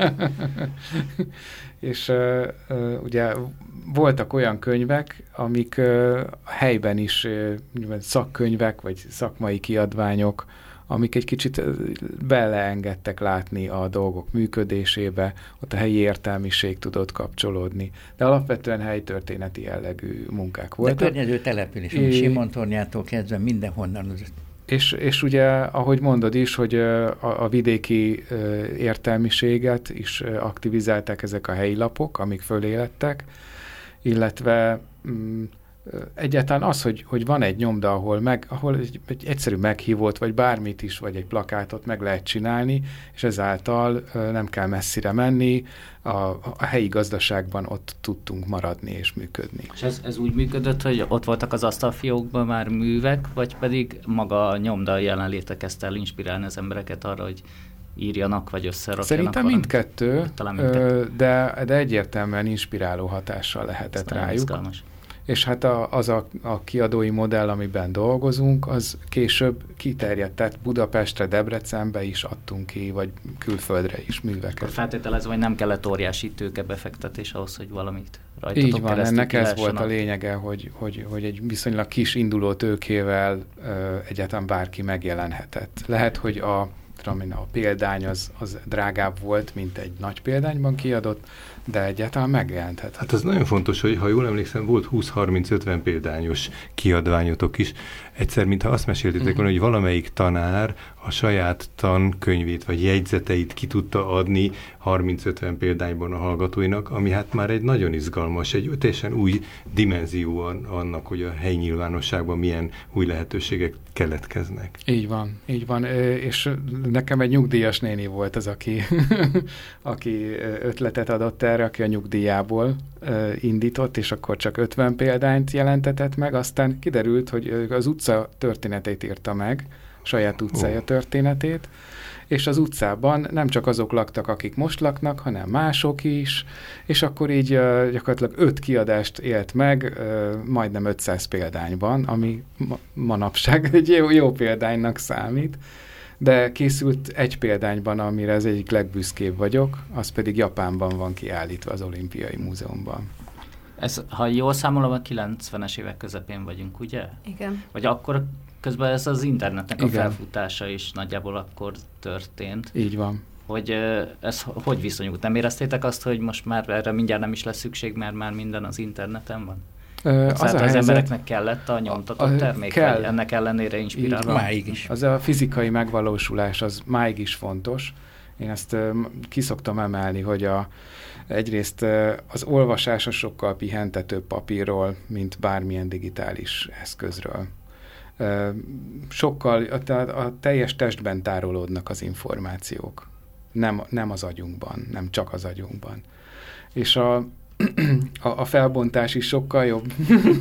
És uh, uh, ugye voltak olyan könyvek, amik uh, helyben is uh, szakkönyvek, vagy szakmai kiadványok, amik egy kicsit beleengedtek látni a dolgok működésébe, ott a helyi értelmiség tudott kapcsolódni. De alapvetően helytörténeti jellegű munkák voltak. De környező település, é... Simontornyától kezdve mindenhonnan. És, és ugye, ahogy mondod is, hogy a, a vidéki értelmiséget is aktivizálták ezek a helyi lapok, amik fölélettek, illetve mm, egyáltalán az, hogy, hogy van egy nyomda, ahol, meg, ahol egy, egy egyszerű meghívót, vagy bármit is, vagy egy plakátot meg lehet csinálni, és ezáltal nem kell messzire menni, a, a helyi gazdaságban ott tudtunk maradni és működni. És ez, ez úgy működött, hogy ott voltak az asztalfiókban már művek, vagy pedig maga a nyomda jelenléte kezdte el inspirálni az embereket arra, hogy írjanak, vagy összerakjanak? Szerintem mindkettő, mindkettő. De, de egyértelműen inspiráló hatással lehetett ez rájuk. Izgalmas. És hát a, az a, a kiadói modell, amiben dolgozunk, az később kiterjedt, tehát Budapestre, Debrecenbe is adtunk ki, vagy külföldre is műveket. Akkor feltételezve, hogy nem kellett óriási tőkebefektetés ahhoz, hogy valamit rajtatok Így van, keresztül ennek ez volt a lényege, hogy, hogy, hogy egy viszonylag kis induló tőkével ö, egyáltalán bárki megjelenhetett. Lehet, hogy a, a példány az, az drágább volt, mint egy nagy példányban kiadott, de egyáltalán megjelenthet. Hát az nagyon fontos, hogy ha jól emlékszem, volt húsz-harminc-ötven példányos kiadványotok is. Egyszer, mintha azt meséltétek volna, uh-huh. hogy valamelyik tanár a saját tankönyvét vagy jegyzeteit ki tudta adni harminc-ötven példányban a hallgatóinak, ami hát már egy nagyon izgalmas, egy teljesen új dimenzió annak, hogy a helyi nyilvánosságban milyen új lehetőségek keletkeznek. Így van, így van. És nekem egy nyugdíjas néni volt az, aki, aki ötletet adott erre, aki a nyugdíjából indított, és akkor csak ötven példányt jelentetett meg, aztán kiderült, hogy az utca történetét írta meg, saját utcája oh. történetét, és az utcában nem csak azok laktak, akik most laknak, hanem mások is, és akkor így uh, gyakorlatilag öt kiadást élt meg, uh, majdnem ötszáz példányban, ami ma- manapság egy jó, jó példánynak számít, de készült egy példányban, amire az egyik legbüszkébb vagyok, az pedig Japánban van kiállítva az Olimpiai Múzeumban. Ez, ha jól számolom, a kilencvenes évek közepén vagyunk, ugye? Igen. Vagy akkor közben ez az internetnek Igen. a felfutása is nagyjából akkor történt. Így van. Hogy ez hogy viszonyult? Nem éreztétek azt, hogy most már erre mindjárt nem is lesz szükség, mert már minden az interneten van? Ö, az, az, az helyzet, embereknek kellett a nyomtatott a, a termék, kell. Vagy ennek ellenére inspirálva? Máig is. Az a fizikai megvalósulás az máig is fontos. Én ezt uh, ki szoktam emelni, hogy a, egyrészt uh, az olvasás a sokkal pihentetőbb papírról, mint bármilyen digitális eszközről. Uh, sokkal, a, a teljes testben tárolódnak az információk. Nem, nem az agyunkban, nem csak az agyunkban. És a A, a felbontás is sokkal jobb.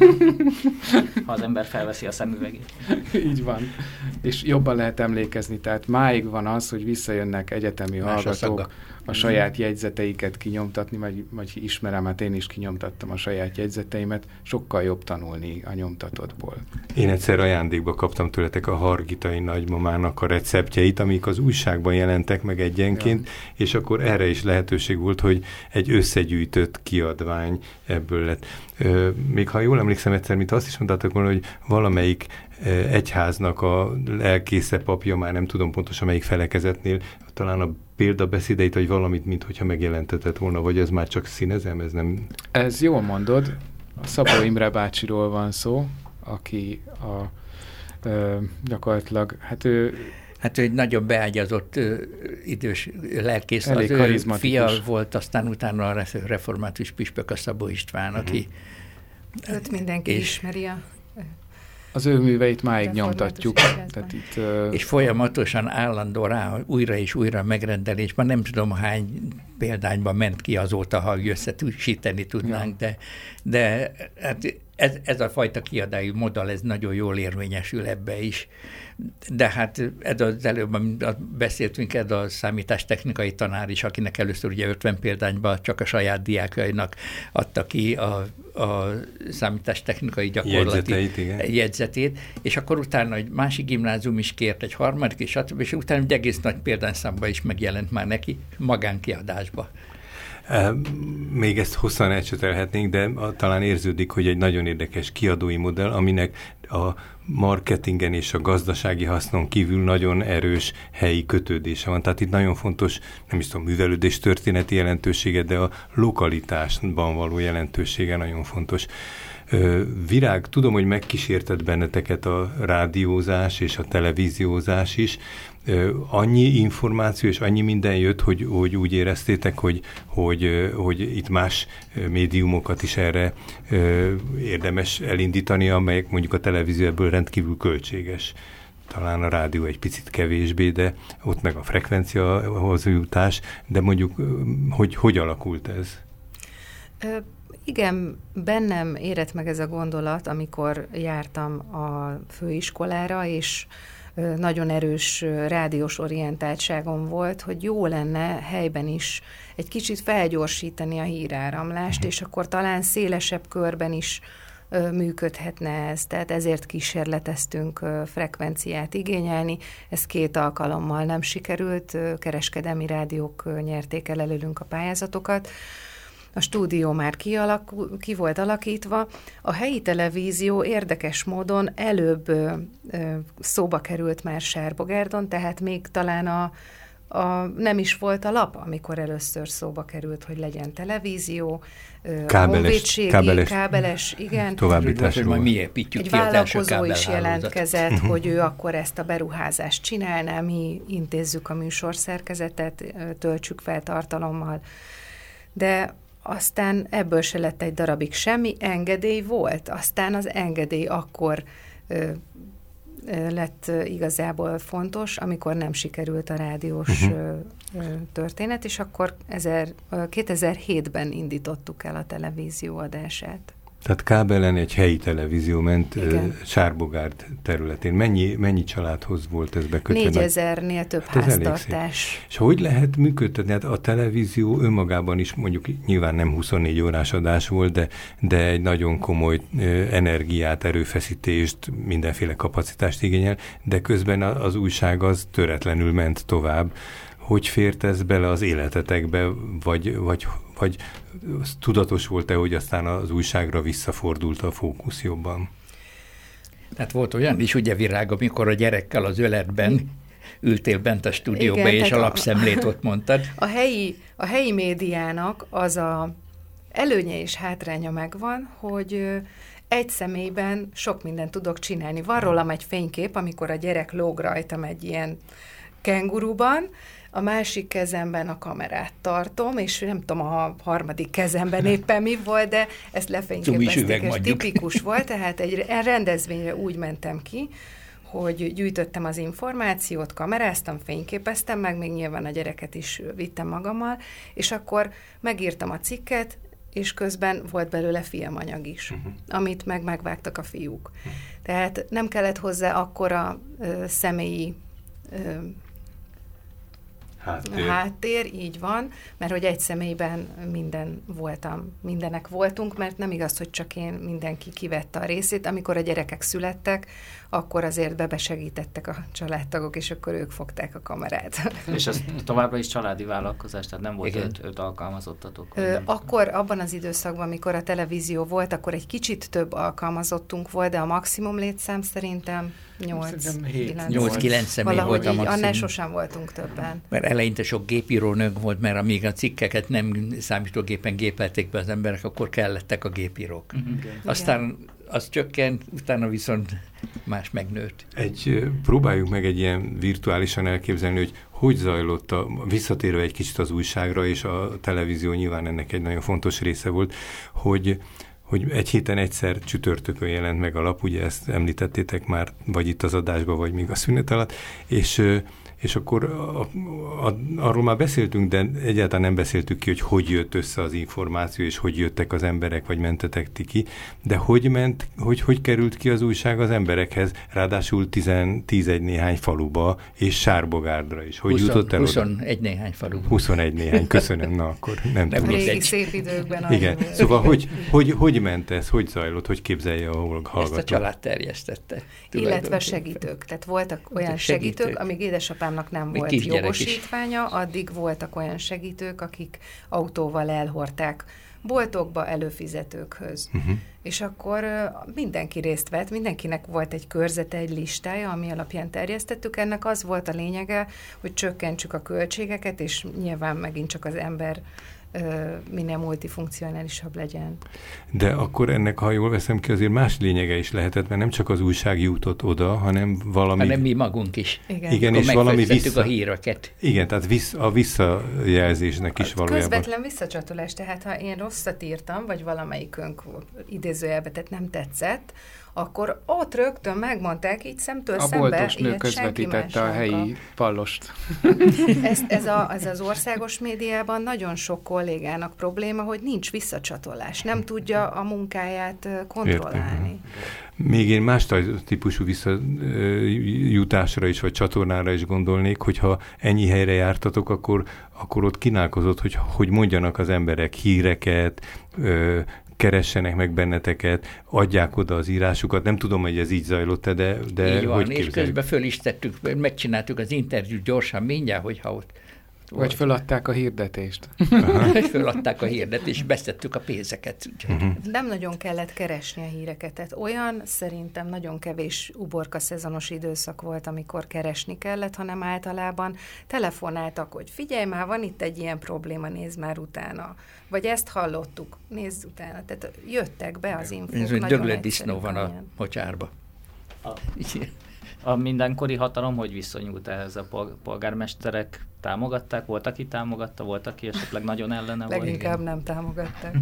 Ha az ember felveszi a szemüvegét. Így van. És jobban lehet emlékezni. Tehát máig van az, hogy visszajönnek egyetemi Más hallgatók a, a saját jegyzeteiket kinyomtatni, vagy, vagy ismerem, hát én is kinyomtattam a saját jegyzeteimet. Sokkal jobb tanulni a nyomtatottból. Én egyszer ajándékba kaptam tőletek a hargitai nagymamának a receptjeit, amik az újságban jelentek meg egyenként, ja. és akkor erre is lehetőség volt, hogy egy összegyűjtött kiadvány ebből lett. Még ha jól emlékszem egyszer, mint azt is mondtátok volna, hogy valamelyik egyháznak a lelkésze papja, már nem tudom pontosan melyik felekezetnél, talán a példabeszédeit, vagy valamit, minthogyha megjelentetett volna, vagy ez már csak színezem, ez nem... Ez jól mondod. A Szabó Imre bácsiról van szó, aki a ö, gyakorlatilag, hát ő... Hát ő egy nagyon beágyazott ö, idős lelkész, elég az ő fia volt, aztán utána a református püspök, a Szabó István, uh-huh. aki... Őt mindenki és, ismeri a... Az ő műveit máig nyomtatjuk. Tehát itt, uh... és folyamatosan állandó rá, újra és újra megrendelésben, nem tudom hány példányban ment ki azóta, ha összesíteni tudnánk, ja. de, de hát ez, ez a fajta kiadású modell, ez nagyon jól érvényesül ebbe is. De hát ez az előbb, amit beszéltünk, ez a számítástechnikai tanár is, akinek először ugye ötven példányban csak a saját diákjainak adta ki a, a számítástechnikai gyakorlati jegyzeteit, jegyzetét, és akkor utána egy másik gimnázium is kért egy harmadik, és, és utána egy egész nagy példányszámba is megjelent már neki magánkiadásba. Még ezt hosszan elcsetelhetnénk, de talán érződik, hogy egy nagyon érdekes kiadói modell, aminek a marketingen és a gazdasági hasznon kívül nagyon erős helyi kötődése van. Tehát itt nagyon fontos, nem is tudom, művelődés történeti jelentősége, de a lokalitásban való jelentősége nagyon fontos. Virág, tudom, hogy megkísértett benneteket a rádiózás és a televíziózás is. Annyi információ és annyi minden jött, hogy, hogy úgy éreztétek, hogy, hogy, hogy itt más médiumokat is erre érdemes elindítani, amelyek mondjuk a televízió ebből rendkívül költséges. Talán a rádió egy picit kevésbé, de ott meg a frekvenciahoz jutás, de mondjuk hogy, hogy alakult ez? Igen, bennem érett meg ez a gondolat, amikor jártam a főiskolára, és nagyon erős rádiós orientáltságom volt, hogy jó lenne helyben is egy kicsit felgyorsítani a híráramlást, és akkor talán szélesebb körben is működhetne ez. Tehát ezért kísérleteztünk frekvenciát igényelni. Ez két alkalommal nem sikerült, kereskedelmi rádiók nyerték el előlünk a pályázatokat. A stúdió már kialakul, ki volt alakítva. A helyi televízió érdekes módon előbb ö, ö, szóba került már Sárbogárdon, tehát még talán a, a, nem is volt a lap, amikor először szóba került, hogy legyen televízió, ö, kábeles, kábeles, kábeles, igen. Továbbításról. Egy vállalkozó is jelentkezett, hogy ő akkor ezt a beruházást csinálná, mi intézzük a műsorszerkezetet, töltsük fel tartalommal. De aztán ebből se lett egy darabig semmi, engedély volt. Aztán az engedély akkor ö, ö, lett igazából fontos, amikor nem sikerült a rádiós uh-huh. ö, ö, történet, és akkor kétezer-hétben indítottuk el a televízió adását. Tehát kábelen egy helyi televízió ment uh, Sárbogárd területén. Mennyi, mennyi családhoz volt ez bekötve? Négyezernél több hát háztartás. És hogy lehet működtetni? Hát a televízió önmagában is mondjuk nyilván nem huszonnégy órás adás volt, de, de egy nagyon komoly uh, energiát, erőfeszítést, mindenféle kapacitást igényel, de közben az újság az töretlenül ment tovább. Hogy fért ez bele az életetekbe, vagy, vagy, vagy tudatos volt-e, hogy aztán az újságra visszafordult a fókusz jobban? Tehát volt olyan is, ugye Virág, amikor a gyerekkel az öletben ültél bent a stúdióba, igen, és a lapszemlét ott mondtad. A helyi, a helyi médiának az a előnye és hátránya megvan, hogy egy személyben sok mindent tudok csinálni. Van rólam egy fénykép, amikor a gyerek lóg rajtam egy ilyen kenguruban, a másik kezemben a kamerát tartom, és nem tudom, a harmadik kezemben éppen mi volt, de ezt lefényképezték, és tipikus volt, tehát egy rendezvényre úgy mentem ki, hogy gyűjtöttem az információt, kameráztam, fényképeztem, meg még nyilván a gyereket is vittem magammal, és akkor megírtam a cikket, és közben volt belőle filmanyag is, uh-huh. amit meg megvágtak a fiúk. Uh-huh. Tehát nem kellett hozzá akkora ö, személyi ö, Háttér. Háttér, így van, mert hogy egy személyben minden voltam, mindenek voltunk, mert nem igaz, hogy csak én, mindenki kivette a részét. Amikor a gyerekek születtek, akkor azért bebesegítettek a családtagok, és akkor ők fogták a kamerát. És ez továbbra is családi vállalkozás, tehát nem volt öt, öt alkalmazottatok? Ö, akkor abban az időszakban, amikor a televízió volt, akkor egy kicsit több alkalmazottunk volt, de a maximum létszám szerintem nyolc kilenc személy volt a maximum. Annál sosem voltunk többen. Mert eleinte sok gépírónők volt, mert amíg a cikkeket nem számítógépen gépelték be az emberek, akkor kellettek a gépírók. Uh-huh. Aztán az csökkent, utána viszont más megnőtt. Egy, próbáljuk meg egy ilyen virtuálisan elképzelni, hogy hogy zajlott, a, visszatérve egy kicsit az újságra, és a televízió nyilván ennek egy nagyon fontos része volt, hogy hogy egy héten egyszer csütörtökön jelent meg a lap, ugye ezt említettétek már, vagy itt az adásban, vagy még a szünet alatt, és, és akkor a, a, arról már beszéltünk, de egyáltalán nem beszéltük ki, hogy hogy jött össze az információ, és hogy jöttek az emberek, vagy mentetek ti ki, de hogy ment, hogy, hogy került ki az újság az emberekhez, ráadásul tizenegy néhány faluba, és Sárbogárdra is. Hogy jutott el huszonegy néhány faluba. huszonegy néhány, köszönöm, na akkor nem, nem tudom. Régi szép időkben. Igen, szóval hogy, hogy, hogy ment ez, hogy zajlott, hogy képzelje a hallgató? Ezt a család terjesztette. Illetve segítők. Tehát voltak olyan segítők, segítők amíg édesapámnak nem volt jogosítványa, addig voltak olyan segítők, akik autóval elhordták boltokba, előfizetőkhöz. Uh-huh. És akkor uh, mindenki részt vett, mindenkinek volt egy körzete, egy listája, ami alapján terjesztettük. Ennek az volt a lényege, hogy csökkentsük a költségeket, és nyilván megint csak az ember minél multifunkcionálisabb legyen. De akkor ennek, ha jól veszem ki, azért más lényege is lehetett, mert nem csak az újság jutott oda, hanem valami... Hanem mi magunk is. Igen, Igen és valami vissza... a híreket. Igen, tehát vissz, a visszajelzésnek is hát valójában... Közvetlen visszacsatolás, tehát ha én rosszat írtam, vagy valamelyikünk idézőjelbe, tehát nem tetszett, akkor ott rögtön megmondták, így szemtől a szembe. A boltos nő közvetítette a helyi pallost. ez, ez, a, ez az országos médiában nagyon sok kollégának probléma, hogy nincs visszacsatolás. Nem tudja a munkáját kontrollálni. Értem. Még én más típusú visszajutásra is, vagy csatornára is gondolnék, hogyha ennyi helyre jártatok, akkor, akkor ott kínálkozott, hogy, hogy mondjanak az emberek híreket, ö, keressenek meg benneteket, adják oda az írásukat. Nem tudom, hogy ez így zajlott-e, de, de így van, hogy és közben föl is tettük, megcsináltuk az interjút gyorsan, mindjárt, hogyha ott vagy föladták a hirdetést. Föladták a hirdetést, beszedtük a pénzeket. Uh-huh. Nem nagyon kellett keresni a híreket. Tehát olyan szerintem nagyon kevés uborka szezonos időszak volt, amikor keresni kellett, hanem általában telefonáltak, hogy figyelj már, van itt egy ilyen probléma, nézd már utána. Vagy ezt hallottuk, nézd utána. Tehát jöttek be az infók. Ez egy döglött disznó van a mocsárba. A, a mindenkori hatalom hogy viszonyult ehhez? A polgármesterek támogatták? Volt, aki támogatta? Volt, aki esetleg nagyon ellene volt? Leginkább nem támogatták.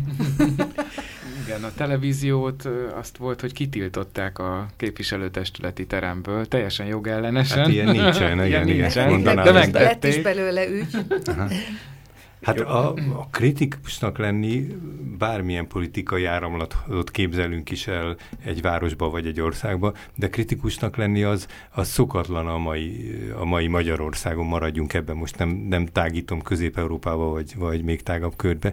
Igen, a televíziót azt volt, hogy kitiltották a képviselőtestületi teremből, teljesen jogellenesen. Hát ilyen nincsen, igen, nincsen. igen. De megtették. Lett is belőle ügy. Aha. Hát a, a kritikusnak lenni, bármilyen politikai áramlatot képzelünk is el egy városba vagy egy országba, de kritikusnak lenni az, az szokatlan a mai, a mai Magyarországon, maradjunk ebben, most nem, nem tágítom Közép-Európába vagy, vagy még tágabb körbe.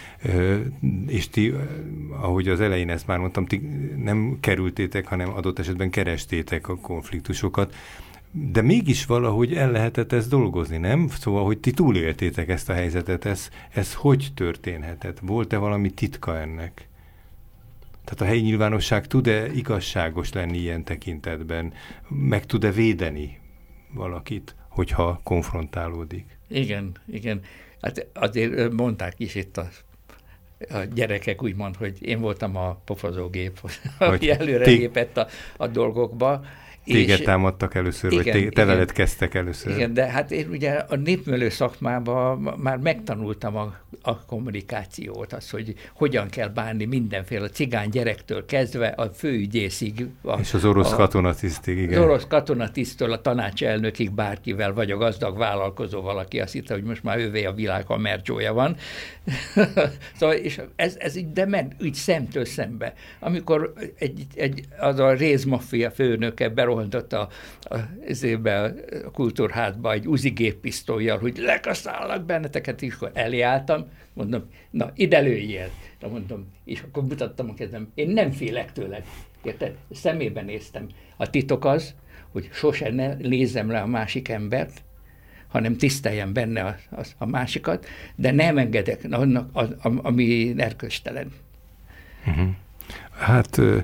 És ti, ahogy az elején ezt már mondtam, ti nem kerültétek, hanem adott esetben kerestétek a konfliktusokat, de mégis valahogy el lehetett ezt dolgozni, nem? Szóval, hogy ti túléltétek ezt a helyzetet, ez, ez hogy történhetett? Volt-e valami titka ennek? Tehát a helyi nyilvánosság tud-e igazságos lenni ilyen tekintetben? Meg tud-e védeni valakit, hogyha konfrontálódik? Igen, igen. Hát azért mondták is itt a, a gyerekek úgymond, hogy én voltam a pofozógép, aki előre lépett a, a dolgokba. Téged támadtak először, igen, vagy te, te veled kezdtek először. Igen, de hát én ugye a népművelő szakmában már megtanultam a, a kommunikációt, az, hogy hogyan kell bánni mindenféle, a cigány gyerektől kezdve a főügyészig. A, és az orosz katonatisztig, igen. Az orosz katonatisztől a tanácselnökig bárkivel, vagy a gazdag vállalkozó valaki azt hitte, hogy most már ővé a világ, a mercsója van. Szóval, és ez, ez így, de ment úgy szemtől szembe. Amikor egy, egy, az a rézmaffia főnöke berohantott a, a, a, a kultúrházba egy uzi géppisztollyal, hogy lekaszálnak benneteket, és akkor eléálltam, mondom, na, ide lőjél. Na, mondom, és akkor mutattam a kezem, én nem félek tőled. Érted? Szemébe néztem. A titok az, hogy sose ne nézzem le a másik embert, hanem tiszteljem benne a, a, a másikat, de nem engedek annak, a, a, ami erkölcstelen. Uh-huh. Hát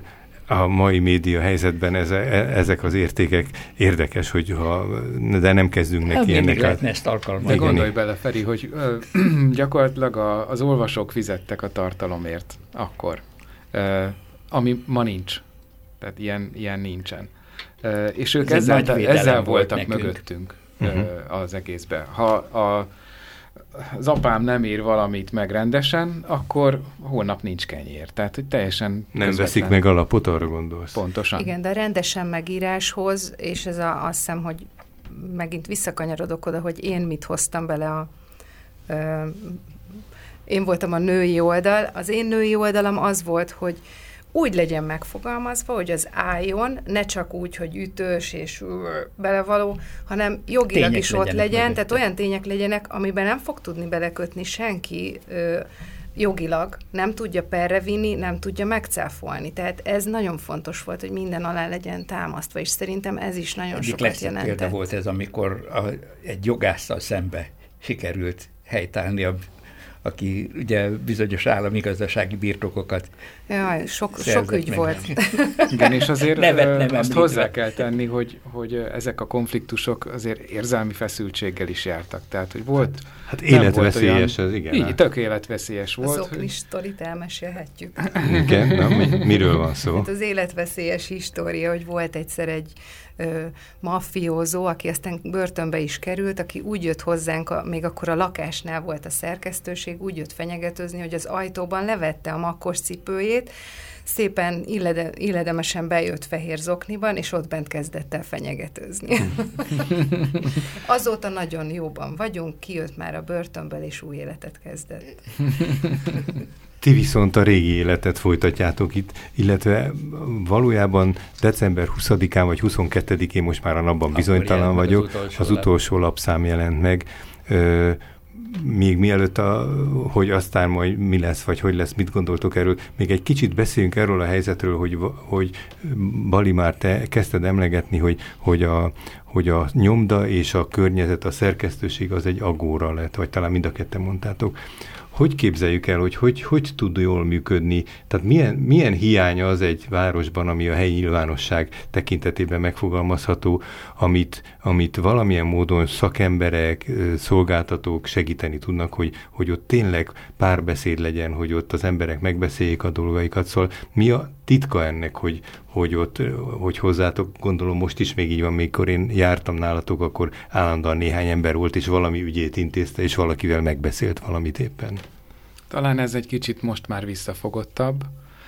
a mai média helyzetben ez, ezek az értékek érdekes, hogy ha, de nem kezdünk neki hát, ennek. Lehetne ezt alkalmazni. De gondolj bele, Feri, hogy ö, gyakorlatilag a, az olvasók fizettek a tartalomért akkor, ö, ami ma nincs. Tehát ilyen, ilyen nincsen. Ö, és ők ez ezzel, ezzel voltak nekünk. mögöttünk uh-huh. ö, az egészben. Ha a az apám nem ír valamit meg rendesen, akkor holnap nincs kenyér. Tehát, hogy teljesen nem közvetlen. veszik meg alapot, arra gondolsz. Pontosan. Igen, de a rendesen megíráshoz, és ez a, azt hiszem, hogy megint visszakanyarodok oda, hogy én mit hoztam bele a... Ö, én voltam a női oldal. Az én női oldalam az volt, hogy úgy legyen megfogalmazva, hogy az álljon, ne csak úgy, hogy ütős és belevaló, hanem jogilag tények is ott legyen, mögötte. Tehát olyan tények legyenek, amiben nem fog tudni belekötni senki ö, jogilag, nem tudja perre vinni, nem tudja megcáfolni. Tehát ez nagyon fontos volt, hogy minden alá legyen támasztva, és szerintem ez is nagyon Egyik sokat jelentett. Példa volt ez, amikor a, egy jogásszal szembe sikerült helytállni a aki ugye bizonyos állami gazdasági birtokokat Jaj, sok, sok ügy meg. volt. Igen, és azért Nevet nem azt említve. hozzá kell tenni, hogy, hogy ezek a konfliktusok azért érzelmi feszültséggel is jártak. Tehát, hogy volt... Hát életveszélyes az, igen. Így, tök életveszélyes volt. Az okni sztorit elmesélhetjük. Igen, na, mi, miről van szó? Hát az életveszélyes história, hogy volt egyszer egy ö, maffiózó, aki aztán börtönbe is került, aki úgy jött hozzánk, a, még akkor a lakásnál volt a szerkesztőség, úgy jött fenyegetőzni, hogy az ajtóban levette a makkos cipőjét, szépen illede, illedemesen bejött fehér zokniban, és ott bent kezdett el fenyegetőzni. Azóta nagyon jóban vagyunk, kijött már a börtönből, és új életet kezdett. Ti viszont a régi életet folytatjátok itt, illetve valójában december huszadikán vagy huszonkettedikén, most már a napban bizonytalan vagyok, az utolsó, az utolsó lapszám jelent meg. Ö, még mielőtt, a, hogy aztán majd mi lesz, vagy hogy lesz, mit gondoltok erről, még egy kicsit beszéljünk erről a helyzetről, hogy, hogy Bali, már te kezdted emlegetni, hogy, hogy, a, hogy a nyomda és a környezet, a szerkesztőség az egy agóra lett, vagy talán mind a ketten mondtátok. Hogy képzeljük el, hogy hogy, hogy tud jól működni? Tehát milyen, milyen hiánya az egy városban, ami a helyi nyilvánosság tekintetében megfogalmazható, amit, amit valamilyen módon szakemberek, szolgáltatók segíteni tudnak, hogy, hogy ott tényleg párbeszéd legyen, hogy ott az emberek megbeszéljék a dolgaikat. Szóval mi a titka ennek, hogy, hogy ott, hogy hozzátok, gondolom most is még így van, mikor én jártam nálatok, akkor állandóan néhány ember volt, és valami ügyét intézte, és valakivel megbeszélt valamit éppen. Talán ez egy kicsit most már visszafogottabb.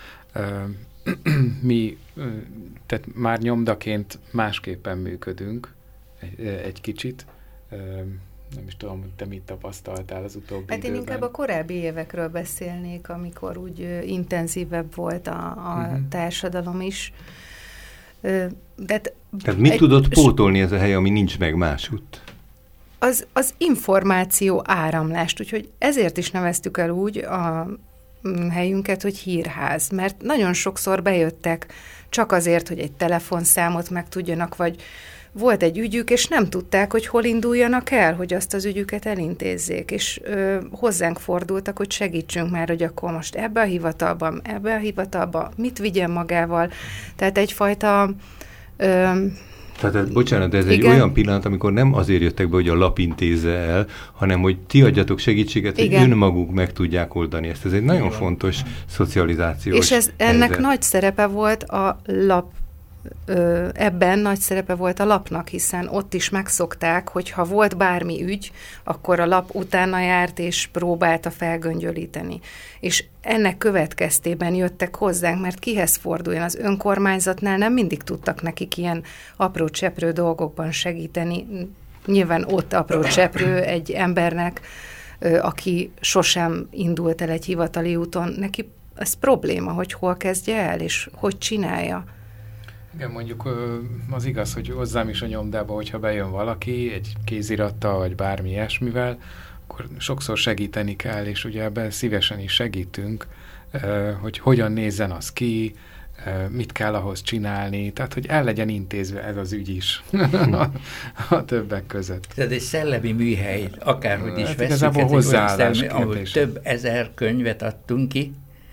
Mi tehát már nyomdaként másképpen működünk egy, egy kicsit. Nem is tudom, hogy te mit tapasztaltál az utóbbi Hát időben. én inkább a korábbi évekről beszélnék, amikor úgy intenzívebb volt a, a uh-huh. társadalom is. De Tehát mit egy, tudott pótolni ez a hely, ami nincs meg másútt? Az, az információ áramlást, úgyhogy ezért is neveztük el úgy a helyünket, hogy hírház, mert nagyon sokszor bejöttek csak azért, hogy egy telefonszámot megtudjanak, vagy volt egy ügyük, és nem tudták, hogy hol induljanak el, hogy azt az ügyüket elintézzék, és ö, hozzánk fordultak, hogy segítsünk már, hogy akkor most ebbe a hivatalban, ebbe a hivatalba, mit vigyen magával. Tehát egyfajta... Ö, Tehát, bocsánat, ez igen. egy olyan pillanat, amikor nem azért jöttek be, hogy a lap intézze el, hanem hogy ti adjatok segítséget, igen. hogy önmaguk meg tudják oldani ezt. Ez egy nagyon igen. fontos szocializációs És ez, ennek helyzet. nagy szerepe volt a lap, ö, ebben nagy szerepe volt a lapnak, hiszen ott is megszokták, hogy ha volt bármi ügy, akkor a lap utána járt és próbálta felgöngyölíteni. És ennek következtében jöttek hozzánk, mert kihez forduljon? Az önkormányzatnál nem mindig tudtak nekik ilyen apró cseprő dolgokban segíteni. Nyilván ott apró cseprő egy embernek, ö, aki sosem indult el egy hivatali úton, neki ez probléma, hogy hol kezdje el, és hogy csinálja. Igen, mondjuk az igaz, hogy hozzám is a nyomdába, hogyha bejön valaki egy kézirattal, vagy bármi ilyesmivel, akkor sokszor segíteni kell, és ugye ebben szívesen is segítünk, hogy hogyan nézzen az ki, mit kell ahhoz csinálni, tehát hogy el legyen intézve ez az ügy is a, a többek között. Ez egy szellemi műhely, akárhogy is hát veszünk, ez hozzáállás szellemi, ahol több ezer könyvet adtunk ki,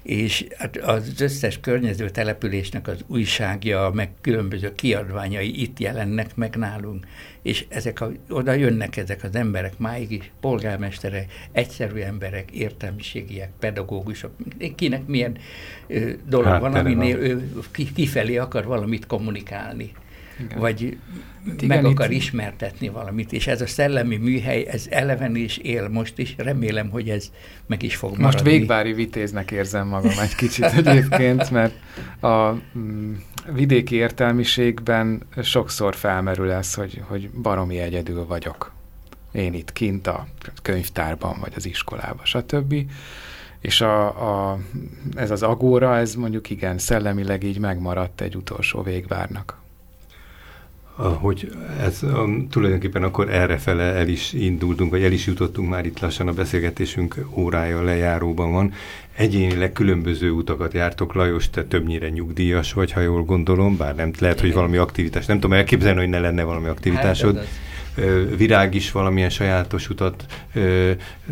és az összes környező településnek az újságja, meg különböző kiadványai itt jelennek meg nálunk, és ezek a, oda jönnek ezek az emberek máig is, polgármesterek, egyszerű emberek, értelmiségiek, pedagógusok, kinek milyen ö, dolog hát, van, aminél ő kifelé akar valamit kommunikálni. Igen. Vagy igen, meg akar itt ismertetni valamit, és ez a szellemi műhely, ez eleven is él most is, remélem, hogy ez meg is fog maradni. Most végvári vitéznek érzem magam egy kicsit egyébként, mert a mm, vidéki értelmiségben sokszor felmerül ez, hogy, hogy baromi egyedül vagyok. Én itt kint a könyvtárban, vagy az iskolában, stb. És a, a, ez az agóra, ez mondjuk igen, szellemileg így megmaradt egy utolsó végvárnak. Hogy ez a, tulajdonképpen akkor errefele el is indultunk, vagy el is jutottunk, már itt lassan a beszélgetésünk órája lejáróban van. Egyénileg különböző utakat jártok. Lajos, te többnyire nyugdíjas vagy, ha jól gondolom, bár nem lehet, hogy valami aktivitás. Nem tudom elképzelni, hogy ne lenne valami aktivitásod. Hát, Virág is valamilyen sajátos utat ö,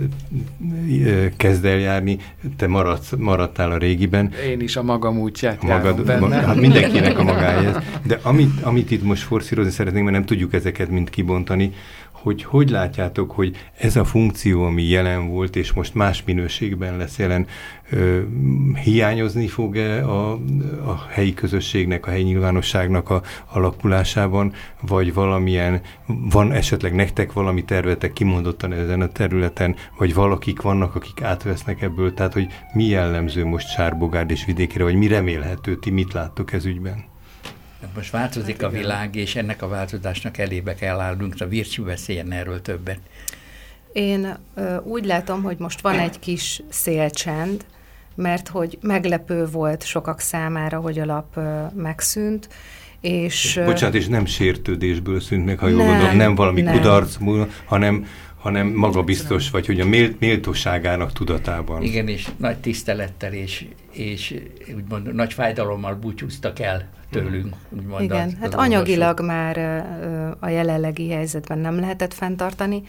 ö, kezd el járni, te maradsz, maradtál a régiben. Én is a magam útját járom benne. Ma, hát mindenkinek a magája. De amit, amit itt most forszírozni szeretnénk, mert nem tudjuk ezeket mind kibontani, hogy hogy látjátok, hogy ez a funkció, ami jelen volt, és most más minőségben lesz jelen, ö, hiányozni fog-e a, a helyi közösségnek, a helyi nyilvánosságnak a alakulásában, vagy valamilyen, van esetleg nektek valami tervetek kimondottan ezen a területen, vagy valakik vannak, akik átvesznek ebből, tehát hogy mi jellemző most Sárbogárd és vidékére, vagy mi remélhető, ti mit láttok ez ügyben? Most változik a világ, és ennek a változásnak elébe kell állnunk, a Vircsú beszéljen erről többet. Én ö, úgy látom, hogy most van egy kis szélcsend, mert hogy meglepő volt sokak számára, hogy a lap ö, megszűnt, és... Bocsánat, és nem sértődésből szűnt meg, ha jól gondolom, nem valami nem. kudarc múlva, hanem hanem magabiztos vagy, hogy a mélt, méltóságának tudatában. Igen, és nagy tisztelettel és, és úgymond nagy fájdalommal búcsúztak el tőlünk. Úgymond. Igen, az, hát az anyagilag olvasó. Már a jelenlegi helyzetben nem lehetett fenntartani.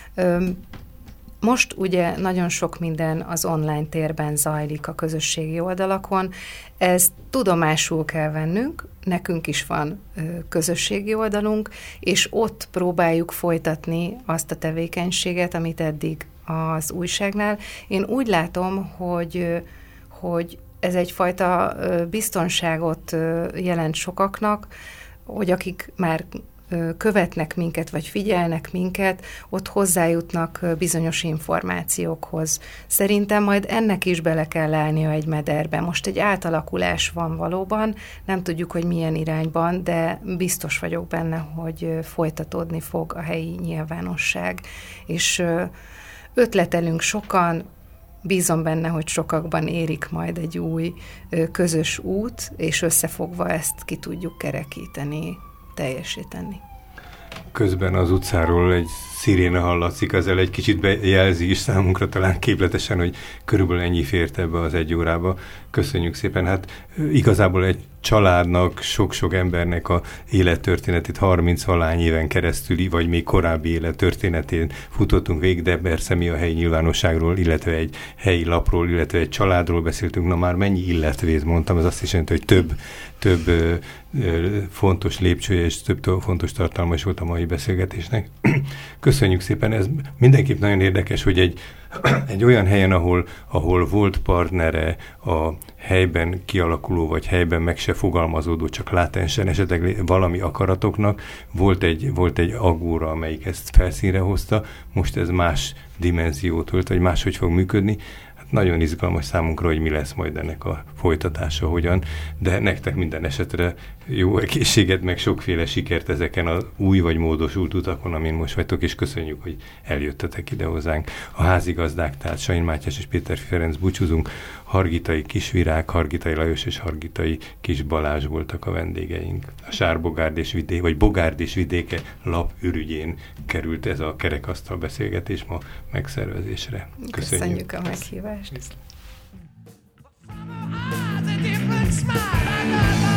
Most ugye nagyon sok minden az online térben zajlik a közösségi oldalakon. Ezt tudomásul kell vennünk, nekünk is van ö, közösségi oldalunk, és ott próbáljuk folytatni azt a tevékenységet, amit eddig az újságnál. Én úgy látom, hogy, hogy ez egyfajta biztonságot jelent sokaknak, hogy akik már követnek minket, vagy figyelnek minket, ott hozzájutnak bizonyos információkhoz. Szerintem majd ennek is bele kell állnia egy mederbe. Most egy átalakulás van valóban, nem tudjuk, hogy milyen irányban, de biztos vagyok benne, hogy folytatódni fog a helyi nyilvánosság. És ötletelünk sokan, bízom benne, hogy sokakban érik majd egy új közös út, és összefogva ezt ki tudjuk kerekíteni, teljesíteni. Közben az utcáról egy sziréna hallatszik, ezzel egy kicsit bejelzi is számunkra talán képletesen, hogy körülbelül ennyi fért ebbe az egy órába. Köszönjük szépen. Hát igazából egy családnak, sok-sok embernek a élettörténetét harminc-valány éven keresztüli, vagy még korábbi élettörténetén futottunk végig, de persze mi a helyi nyilvánosságról, illetve egy helyi lapról, illetve egy családról beszéltünk. Na már mennyi illetvész mondtam, ez azt is jelenti, hogy több, több ö, ö, fontos lépcsője és több fontos tartalma is volt a mai beszélgetésnek. Köszönjük szépen, ez mindenképp nagyon érdekes, hogy egy, egy olyan helyen, ahol, ahol volt partnere a helyben kialakuló, vagy helyben meg se fogalmazódó, csak látensen esetleg valami akaratoknak, volt egy, volt egy agóra, amelyik ezt felszínre hozta, most ez más dimenziót ölt, vagy máshogy fog működni. Nagyon izgalmas számunkra, hogy mi lesz majd ennek a folytatása, hogyan, de nektek minden esetre jó egészséget, meg sokféle sikert ezeken az új vagy módosult utakon, amin most vagytok, és köszönjük, hogy eljöttetek ide hozzánk. A házigazdák, tehát Sain Mátyás és Péterfi Ferenc búcsúzunk, Hargitai Kisvirág, Hargitai Lajos és Hargitai Kis Balázs voltak a vendégeink. A Sárbogárd és vidéke, vagy Bogárd és vidéke lap ürügyén került ez a kerekasztal beszélgetés ma megszervezésre. Köszönjük, Köszönjük a meghívást.